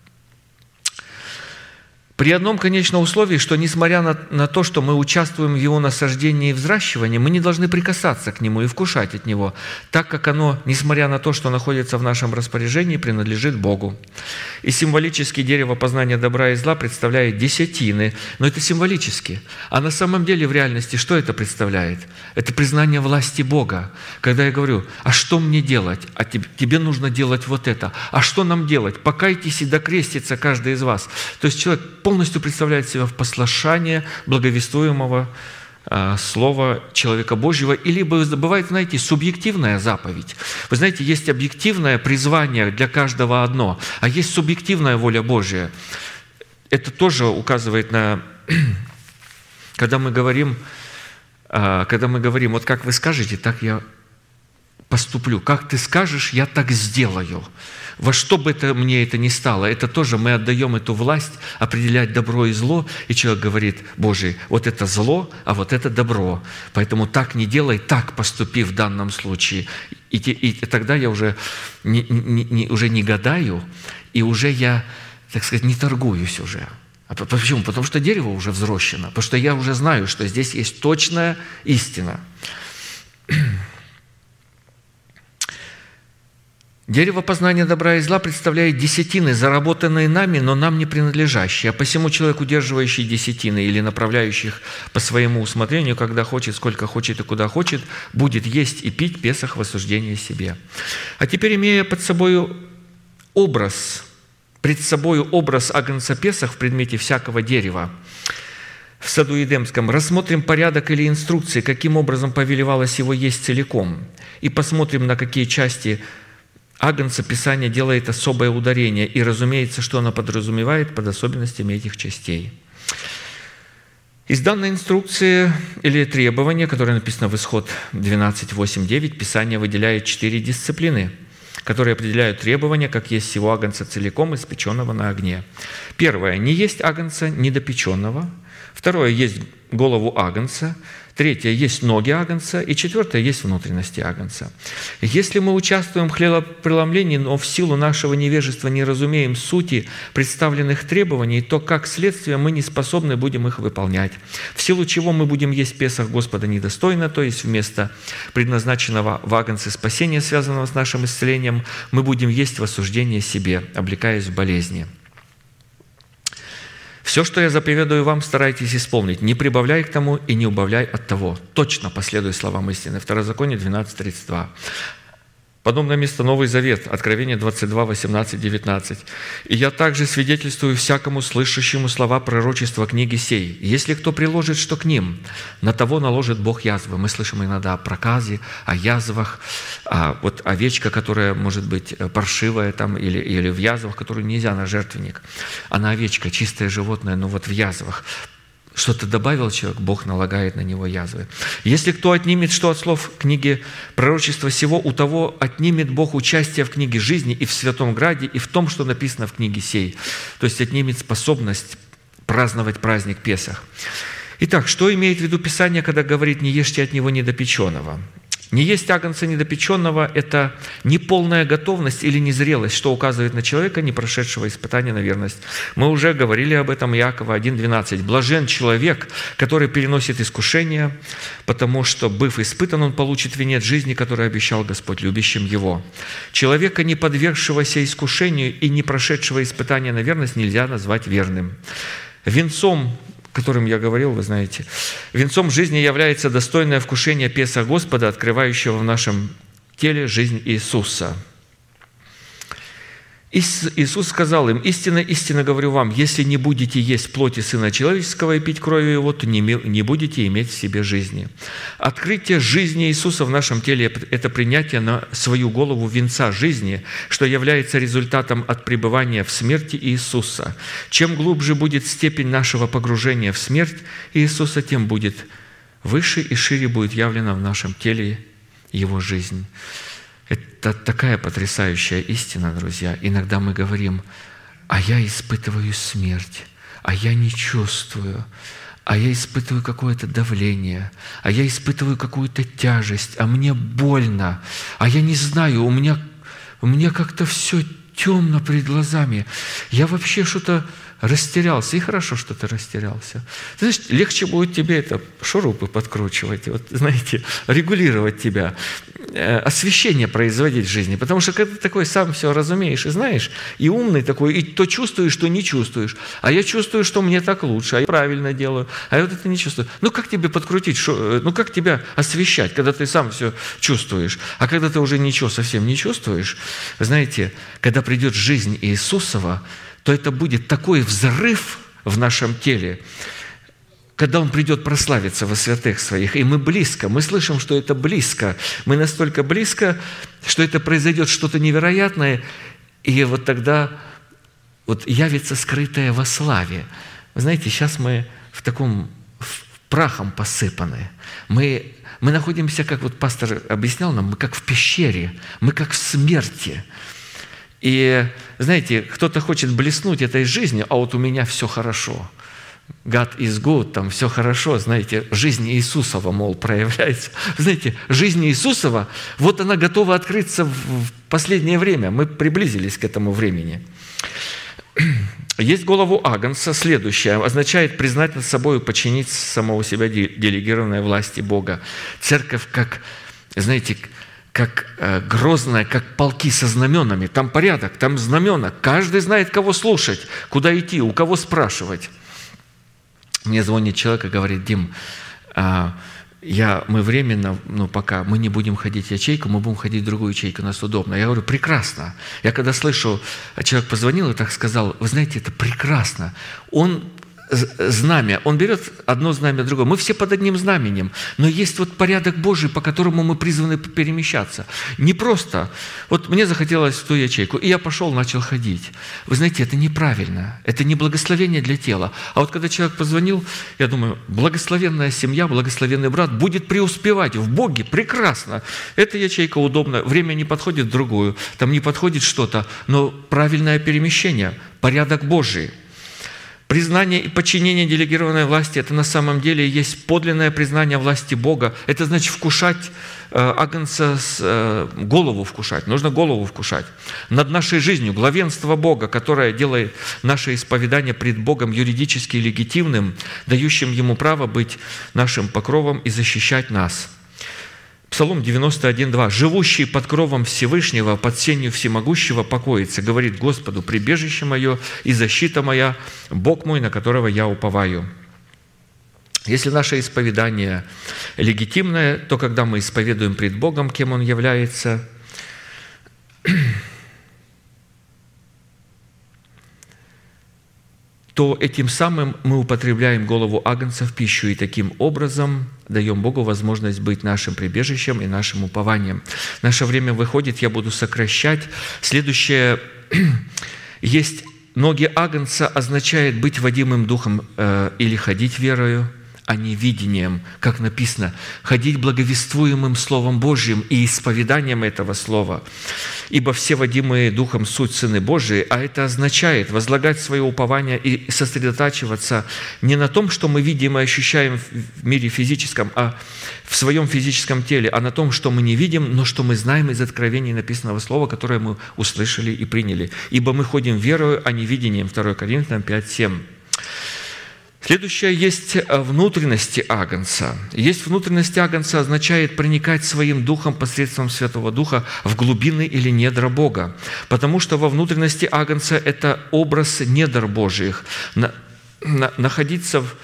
При одном конечном условии, что несмотря на, на то, что мы участвуем в его насаждении и взращивании, мы не должны прикасаться к нему и вкушать от него, так как оно, несмотря на то, что находится в нашем распоряжении, принадлежит Богу. И символически дерево познания добра и зла представляет десятины, но это символически. А на самом деле в реальности что это представляет? Это признание власти Бога. Когда я говорю: «А что мне делать? А тебе, тебе нужно делать вот это. А что нам делать? Покайтесь и докрестится каждый из вас». То есть человек полностью представляет себя в послушание благовествуемого э, слова человека Божьего. Или бывает, знаете, субъективная заповедь. Вы знаете, есть объективное призвание для каждого одно, а есть субъективная воля Божья. Это тоже указывает на... Когда мы говорим, э, когда мы говорим, вот как вы скажете, так я поступлю. Как ты скажешь, я так сделаю. Во что бы это мне это ни стало, это тоже мы отдаем эту власть определять добро и зло, и человек говорит: «Боже, вот это зло, а вот это добро, поэтому так не делай, так поступи в данном случае». И, и, и тогда я уже не, не, не, уже не гадаю, и уже я, так сказать, не торгуюсь уже. А почему? Потому что дерево уже взрощено, потому что я уже знаю, что здесь есть точная истина. Дерево познания добра и зла представляет десятины, заработанные нами, но нам не принадлежащие. А посему человек, удерживающий десятины или направляющий их по своему усмотрению, когда хочет, сколько хочет и куда хочет, будет есть и пить Песах в осуждение себе. А теперь, имея под собой образ, пред собой образ агнца Песах в предмете всякого дерева, в саду Едемском, рассмотрим порядок или инструкции, каким образом повелевалось его есть целиком, и посмотрим, на какие части агнца Писание делает особое ударение, и, разумеется, что оно подразумевает под особенностями этих частей. Из данной инструкции или требования, которое написано в Исход двенадцать, восемь, девять, Писание выделяет четыре дисциплины, которые определяют требования, как есть всего агнца целиком, испеченного на огне. Первое – не есть агнца недопеченного. Второе – есть голову агнца. Третье – есть ноги агнца. И четвертое – есть внутренности агнца. Если мы участвуем в хлебопреломлении, но в силу нашего невежества не разумеем сути представленных требований, то, как следствие, мы не способны будем их выполнять. В силу чего мы будем есть Песах Господа недостойно, то есть вместо предназначенного в агнце спасения, связанного с нашим исцелением, мы будем есть в осуждение себе, облекаясь в болезни. Все, что я заповедую вам, старайтесь исполнить. Не прибавляй к тому и не убавляй от того. Точно последуй словам истины. Второзаконие двенадцать, тридцать два. Подобное место Новый Завет, Откровение двадцать два, восемнадцать, девятнадцать. «И я также свидетельствую всякому слышащему слова пророчества книги сей. Если кто приложит что к ним, на того наложит Бог язвы». Мы слышим иногда о проказе, о язвах, а вот овечка, которая может быть паршивая там, или, или в язвах, которую нельзя на жертвенник. Она овечка, чистое животное, но вот в язвах. Что-то добавил человек, Бог налагает на него язвы. «Если кто отнимет что от слов книги пророчества сего, у того отнимет Бог участие в книге жизни и в Святом Граде, и в том, что написано в книге сей». То есть отнимет способность праздновать праздник Песах. Итак, что имеет в виду Писание, когда говорит «не ешьте от него недопеченного»? Не есть агнца недопеченного – это неполная готовность или незрелость, что указывает на человека, не прошедшего испытания на верность. Мы уже говорили об этом, Иакова один, двенадцать. «Блажен человек, который переносит искушения, потому что, быв испытан, он получит венец жизни, который обещал Господь любящим его». Человека, не подвергшегося искушению и не прошедшего испытания на верность, нельзя назвать верным. Венцом, о котором я говорил, вы знаете, венцом жизни является достойное вкушение Песах Господа, открывающего в нашем теле жизнь Иисуса. Иисус сказал им: «Истинно, истинно говорю вам, если не будете есть плоти Сына Человеческого и пить кровью Его, то не будете иметь в себе жизни». Открытие жизни Иисуса в нашем теле – это принятие на свою голову венца жизни, что является результатом от пребывания в смерти Иисуса. Чем глубже будет степень нашего погружения в смерть Иисуса, тем будет выше и шире будет явлена в нашем теле Его жизнь. Это такая потрясающая истина, друзья. Иногда мы говорим: а я испытываю смерть, а я не чувствую, а я испытываю какое-то давление, а я испытываю какую-то тяжесть, а мне больно, а я не знаю, у меня, у меня как-то все темно перед глазами. Я вообще что-то растерялся. И хорошо, что ты растерялся. Ты знаешь, легче будет тебе это шурупы подкручивать, вот, знаете, регулировать тебя, э, освещение производить в жизни. Потому что когда ты такой сам все разумеешь и знаешь, и умный такой, и то чувствуешь, что не чувствуешь. А я чувствую, что мне так лучше, а я правильно делаю, а я вот это не чувствую. Ну как тебе подкрутить, шо, ну как тебя освещать, когда ты сам все чувствуешь? А когда ты уже ничего совсем не чувствуешь, знаете, когда придет жизнь Иисусова, то это будет такой взрыв в нашем теле, когда Он придет прославиться во святых Своих. И мы близко, мы слышим, что это близко. Мы настолько близко, что это произойдет что-то невероятное, и вот тогда вот явится скрытое во славе. Вы знаете, сейчас мы в таком в прахом посыпаны. Мы, мы находимся, как вот пастор объяснял нам, мы как в пещере, мы как в смерти. И, знаете, кто-то хочет блеснуть этой жизнью, а вот у меня все хорошо. God is good, там все хорошо, знаете, жизнь Иисусова, мол, проявляется. Знаете, жизнь Иисусова, вот она готова открыться в последнее время. Мы приблизились к этому времени. Есть голову агнца, следующее, означает признать над собой и подчинить самого себя делегированной власти Бога. Церковь как, знаете, как э, грозная, как полки со знаменами. Там порядок, там знамена. Каждый знает, кого слушать, куда идти, у кого спрашивать. Мне звонит человек и говорит: Дим, а, я, мы временно, ну пока мы не будем ходить в ячейку, мы будем ходить в другую ячейку, нас удобно. Я говорю: прекрасно. Я когда слышу, человек позвонил и так сказал: вы знаете, это прекрасно. Он знамя, он берет одно знамя, другое. Мы все под одним знаменем, но есть вот порядок Божий, по которому мы призваны перемещаться. Не просто. Вот мне захотелось в ту ячейку, и я пошел, начал ходить. Вы знаете, это неправильно, это не благословение для тела. А вот когда человек позвонил, я думаю, благословенная семья, благословенный брат будет преуспевать в Боге, прекрасно. Эта ячейка удобна, время не подходит в другую, там не подходит что-то, но правильное перемещение, порядок Божий. Признание и подчинение делегированной власти – это на самом деле есть подлинное признание власти Бога. Это значит вкушать э, агнца, с, э, голову вкушать. Нужно голову вкушать. Над нашей жизнью главенство Бога, которое делает наше исповедание пред Богом юридически легитимным, дающим Ему право быть нашим покровом и защищать нас. Псалом девяносто один, два. «Живущий под кровом Всевышнего, под сенью Всемогущего покоится, говорит Господу, прибежище мое и защита моя, Бог мой, на которого я уповаю». Если наше исповедание легитимное, то когда мы исповедуем пред Богом, кем Он является, то этим самым мы употребляем голову агнца в пищу и таким образом даем Богу возможность быть нашим прибежищем и нашим упованием. Наше время выходит, я буду сокращать. Следующее. Есть ноги агнца означает быть водимым духом э, или ходить верою, а не видением, как написано, ходить благовествуемым Словом Божьим и исповеданием этого Слова. Ибо все водимые Духом суть сыны Божии, а это означает возлагать свое упование и сосредотачиваться не на том, что мы видим и ощущаем в мире физическом, а в своем физическом теле, а на том, что мы не видим, но что мы знаем из откровений написанного Слова, которое мы услышали и приняли. Ибо мы ходим верою, а не видением. второе Коринфянам пять, семь. Следующее есть внутренности агнца. Есть внутренности агнца означает проникать своим духом посредством Святого Духа в глубины или недра Бога. Потому что во внутренности агнца это образ недр Божьих. Находиться в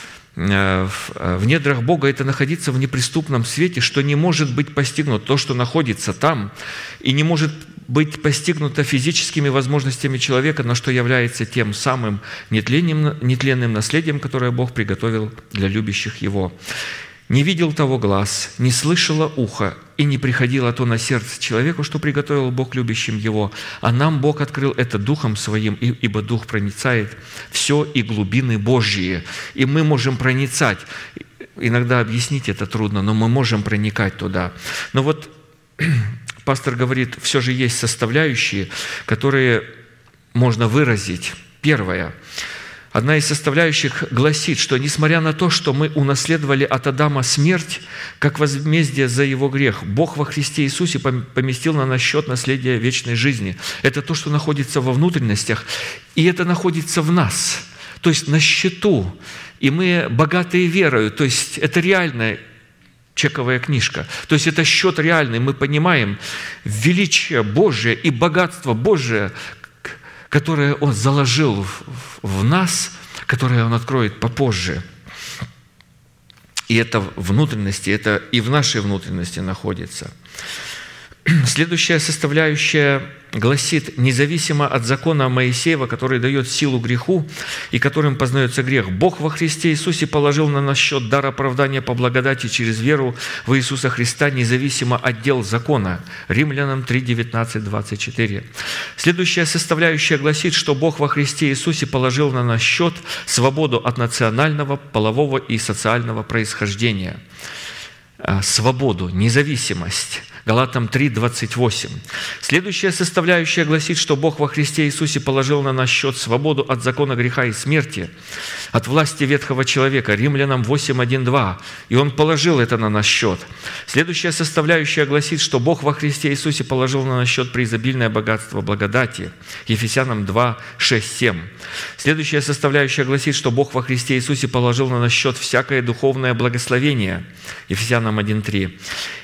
в недрах Бога – это находиться в неприступном свете, что не может быть постигнуто. То, что находится там, и не может быть постигнуто физическими возможностями человека, но что является тем самым нетленным, нетленным наследием, которое Бог приготовил для любящих Его. «Не видел того глаз, не слышало ухо, и не приходило то на сердце человеку, что приготовил Бог любящим Его. А нам Бог открыл это Духом Своим, ибо Дух проницает все и глубины Божьи». И мы можем проницать. Иногда объяснить это трудно, но мы можем проникать туда. Но вот пастор говорит, все же есть составляющие, которые можно выразить. Первое. Одна из составляющих гласит, что несмотря на то, что мы унаследовали от Адама смерть, как возмездие за его грех, Бог во Христе Иисусе поместил на нас счет наследия вечной жизни. Это то, что находится во внутренностях, и это находится в нас, то есть на счету. И мы богатые верою, то есть это реальная чековая книжка. То есть это счет реальный, мы понимаем величие Божие и богатство Божие, которое Он заложил в нас, которое Он откроет попозже. И это в внутренности, это и в нашей внутренности находится. Следующая составляющая гласит, независимо от закона Моисеева, который дает силу греху и которым познается грех, Бог во Христе Иисусе положил на нас счет дар оправдания по благодати через веру в Иисуса Христа, независимо от дел закона. Римлянам три, девятнадцать, двадцать четыре. Следующая составляющая гласит, что Бог во Христе Иисусе положил на нас счет свободу от национального, полового и социального происхождения. Свободу, независимость. Галатам три, двадцать восемь. Следующая составляющая гласит, что Бог во Христе Иисусе положил на наш счет свободу от закона греха и смерти, от власти ветхого человека. Римлянам восемь, один, два. И Он положил это на наш счет. Следующая составляющая гласит, что Бог во Христе Иисусе положил на наш счет преизобильное богатство благодати. Ефесянам два, шесть, семь. Следующая составляющая гласит, что Бог во Христе Иисусе положил на наш счет всякое духовное благословение. Ефесянам один, три.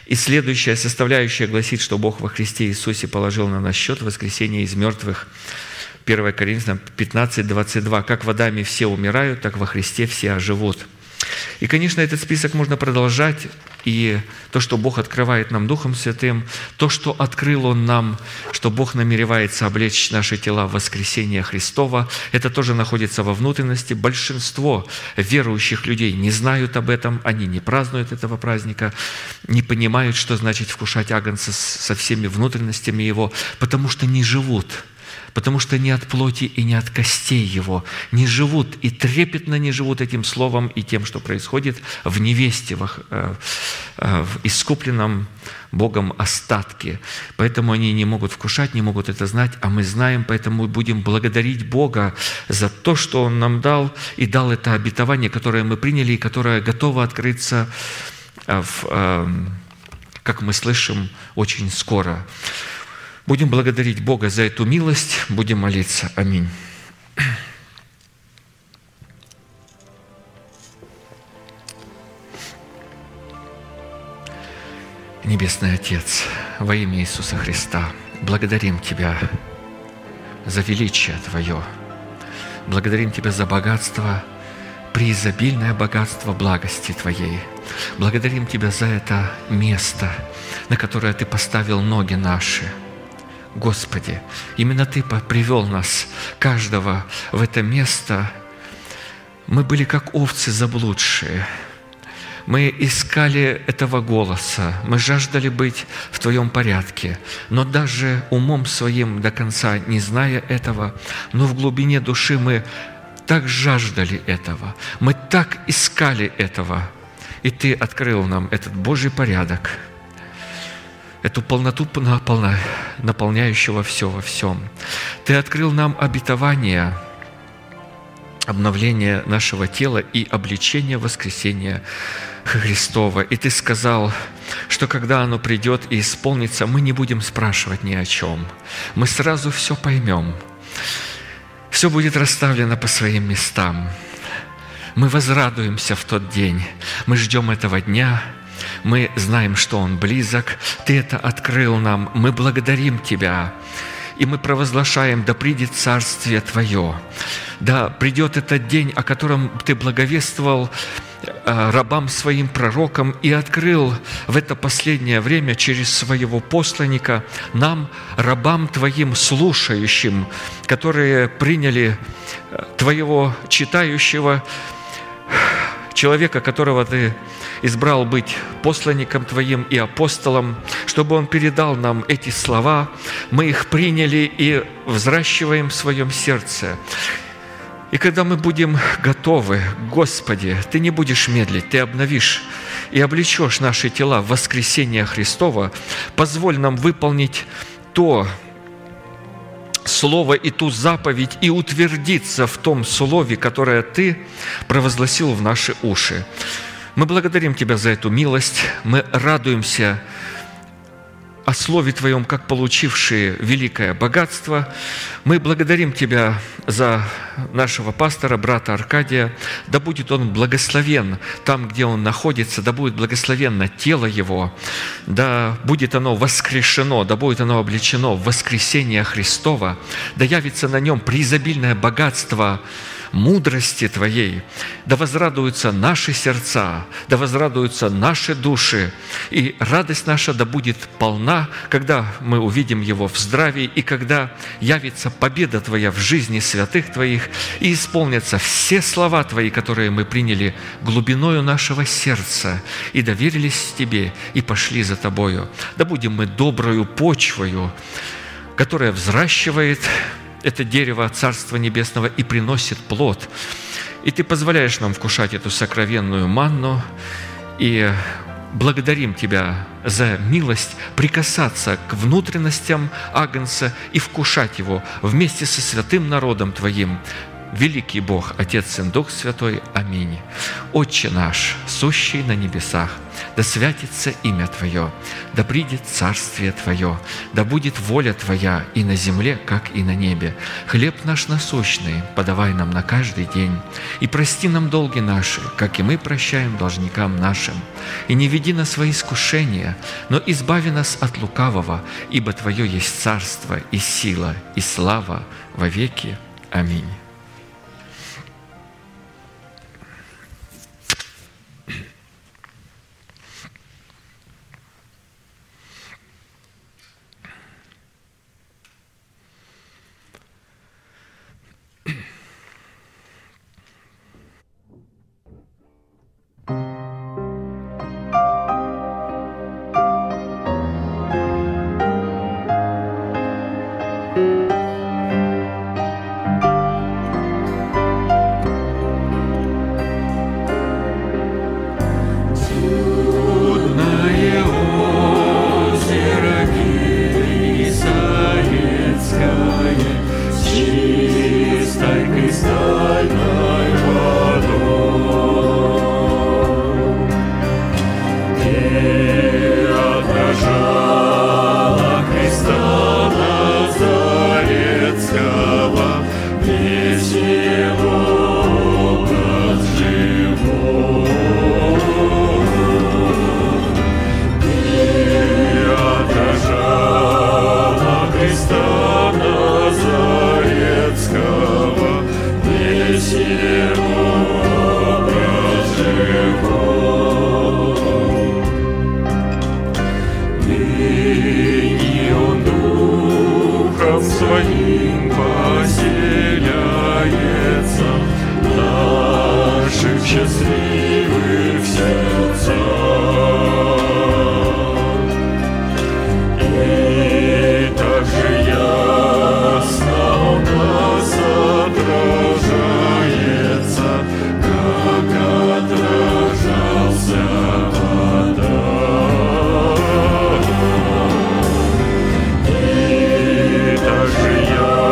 И следующая составляющая гласит, что Бог во Христе Иисусе положил на наш счет воскресение из мертвых. первое Коринфянам пятнадцать, двадцать два. «Как в Адаме все умирают, так во Христе все оживут». И, конечно, этот список можно продолжать, и то, что Бог открывает нам Духом Святым, то, что открыл Он нам, что Бог намеревается облечь наши тела в воскресение Христова, это тоже находится во внутренности. Большинство верующих людей не знают об этом, они не празднуют этого праздника, не понимают, что значит вкушать агнца со всеми внутренностями его, потому что не живут, потому что не от плоти и не от костей его, не живут и трепетно не живут этим словом и тем, что происходит в невесте, в, в искупленном Богом остатке. Поэтому они не могут вкушать, не могут это знать, а мы знаем, поэтому будем благодарить Бога за то, что Он нам дал, и дал это обетование, которое мы приняли, и которое готово открыться, в, как мы слышим, очень скоро. Будем благодарить Бога за эту милость, будем молиться. Аминь. Небесный Отец, во имя Иисуса Христа, благодарим Тебя за величие Твое, благодарим Тебя за богатство, преизобильное богатство благости Твоей. Благодарим Тебя за это место, на которое Ты поставил ноги наши. Господи, именно Ты привел нас, каждого, в это место. Мы были как овцы заблудшие. Мы искали этого голоса, мы жаждали быть в Твоем порядке, но даже умом своим до конца не зная этого, но в глубине души мы так жаждали этого, мы так искали этого, и Ты открыл нам этот Божий порядок, эту полноту наполняющего все во всем. Ты открыл нам обетование, обновление нашего тела и обличение воскресения Христова. И Ты сказал, что когда оно придет и исполнится, мы не будем спрашивать ни о чем. Мы сразу все поймем. Все будет расставлено по своим местам. Мы возрадуемся в тот день. Мы ждем этого дня. Мы знаем, что Он близок. Ты это открыл нам. Мы благодарим Тебя. И мы провозглашаем: да придет Царствие Твое. Да придет этот день, о котором Ты благовествовал рабам Своим, пророкам, и открыл в это последнее время через Своего посланника нам, рабам Твоим, слушающим, которые приняли Твоего читающего, человека, которого Ты избрал быть посланником Твоим и апостолом, чтобы он передал нам эти слова. Мы их приняли и взращиваем в своем сердце. И когда мы будем готовы, Господи, Ты не будешь медлить, Ты обновишь и облечешь наши тела в воскресение Христова, позволь нам выполнить то Слово и ту заповедь и утвердиться в том Слове, которое Ты провозгласил в наши уши. Мы благодарим Тебя за эту милость, мы радуемся о Слове Твоем, как получившие великое богатство. Мы благодарим Тебя за нашего пастора, брата Аркадия. Да будет он благословен там, где он находится, да будет благословенно тело его, да будет оно воскрешено, да будет оно облечено в воскресение Христова, да явится на нем преизобильное богатство мудрости Твоей, да возрадуются наши сердца, да возрадуются наши души, и радость наша да будет полна, когда мы увидим Его в здравии, и когда явится победа Твоя в жизни святых Твоих, и исполнятся все слова Твои, которые мы приняли глубиною нашего сердца, и доверились Тебе, и пошли за Тобою. Да будем мы доброю почвою, которая взращивает это дерево Царства Небесного и приносит плод. И Ты позволяешь нам вкушать эту сокровенную манну, и благодарим Тебя за милость прикасаться к внутренностям Агнца и вкушать его вместе со святым народом Твоим великий Бог, Отец, Сын, Дух Святой. Аминь. Отче наш, сущий на небесах, да святится имя Твое, да придет царствие Твое, да будет воля Твоя и на земле, как и на небе. Хлеб наш насущный подавай нам на каждый день, и прости нам долги наши, как и мы прощаем должникам нашим. И не веди нас во искушение, но избави нас от лукавого, ибо Твое есть царство и сила и слава во веки. Аминь. И также я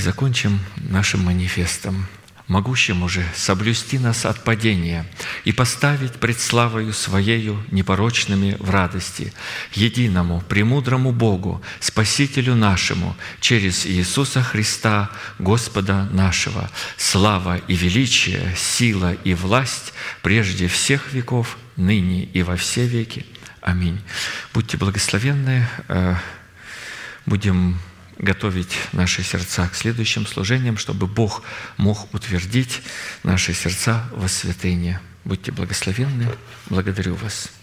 закончим нашим манифестом. «Могущему же соблюсти нас от падения и поставить пред славою Своею непорочными в радости, единому, премудрому Богу, Спасителю нашему, через Иисуса Христа, Господа нашего, слава и величие, сила и власть прежде всех веков, ныне и во все веки. Аминь». Будьте благословенны. Будем готовить наши сердца к следующим служениям, чтобы Бог мог утвердить наши сердца во святыне. Будьте благословенны. Благодарю вас.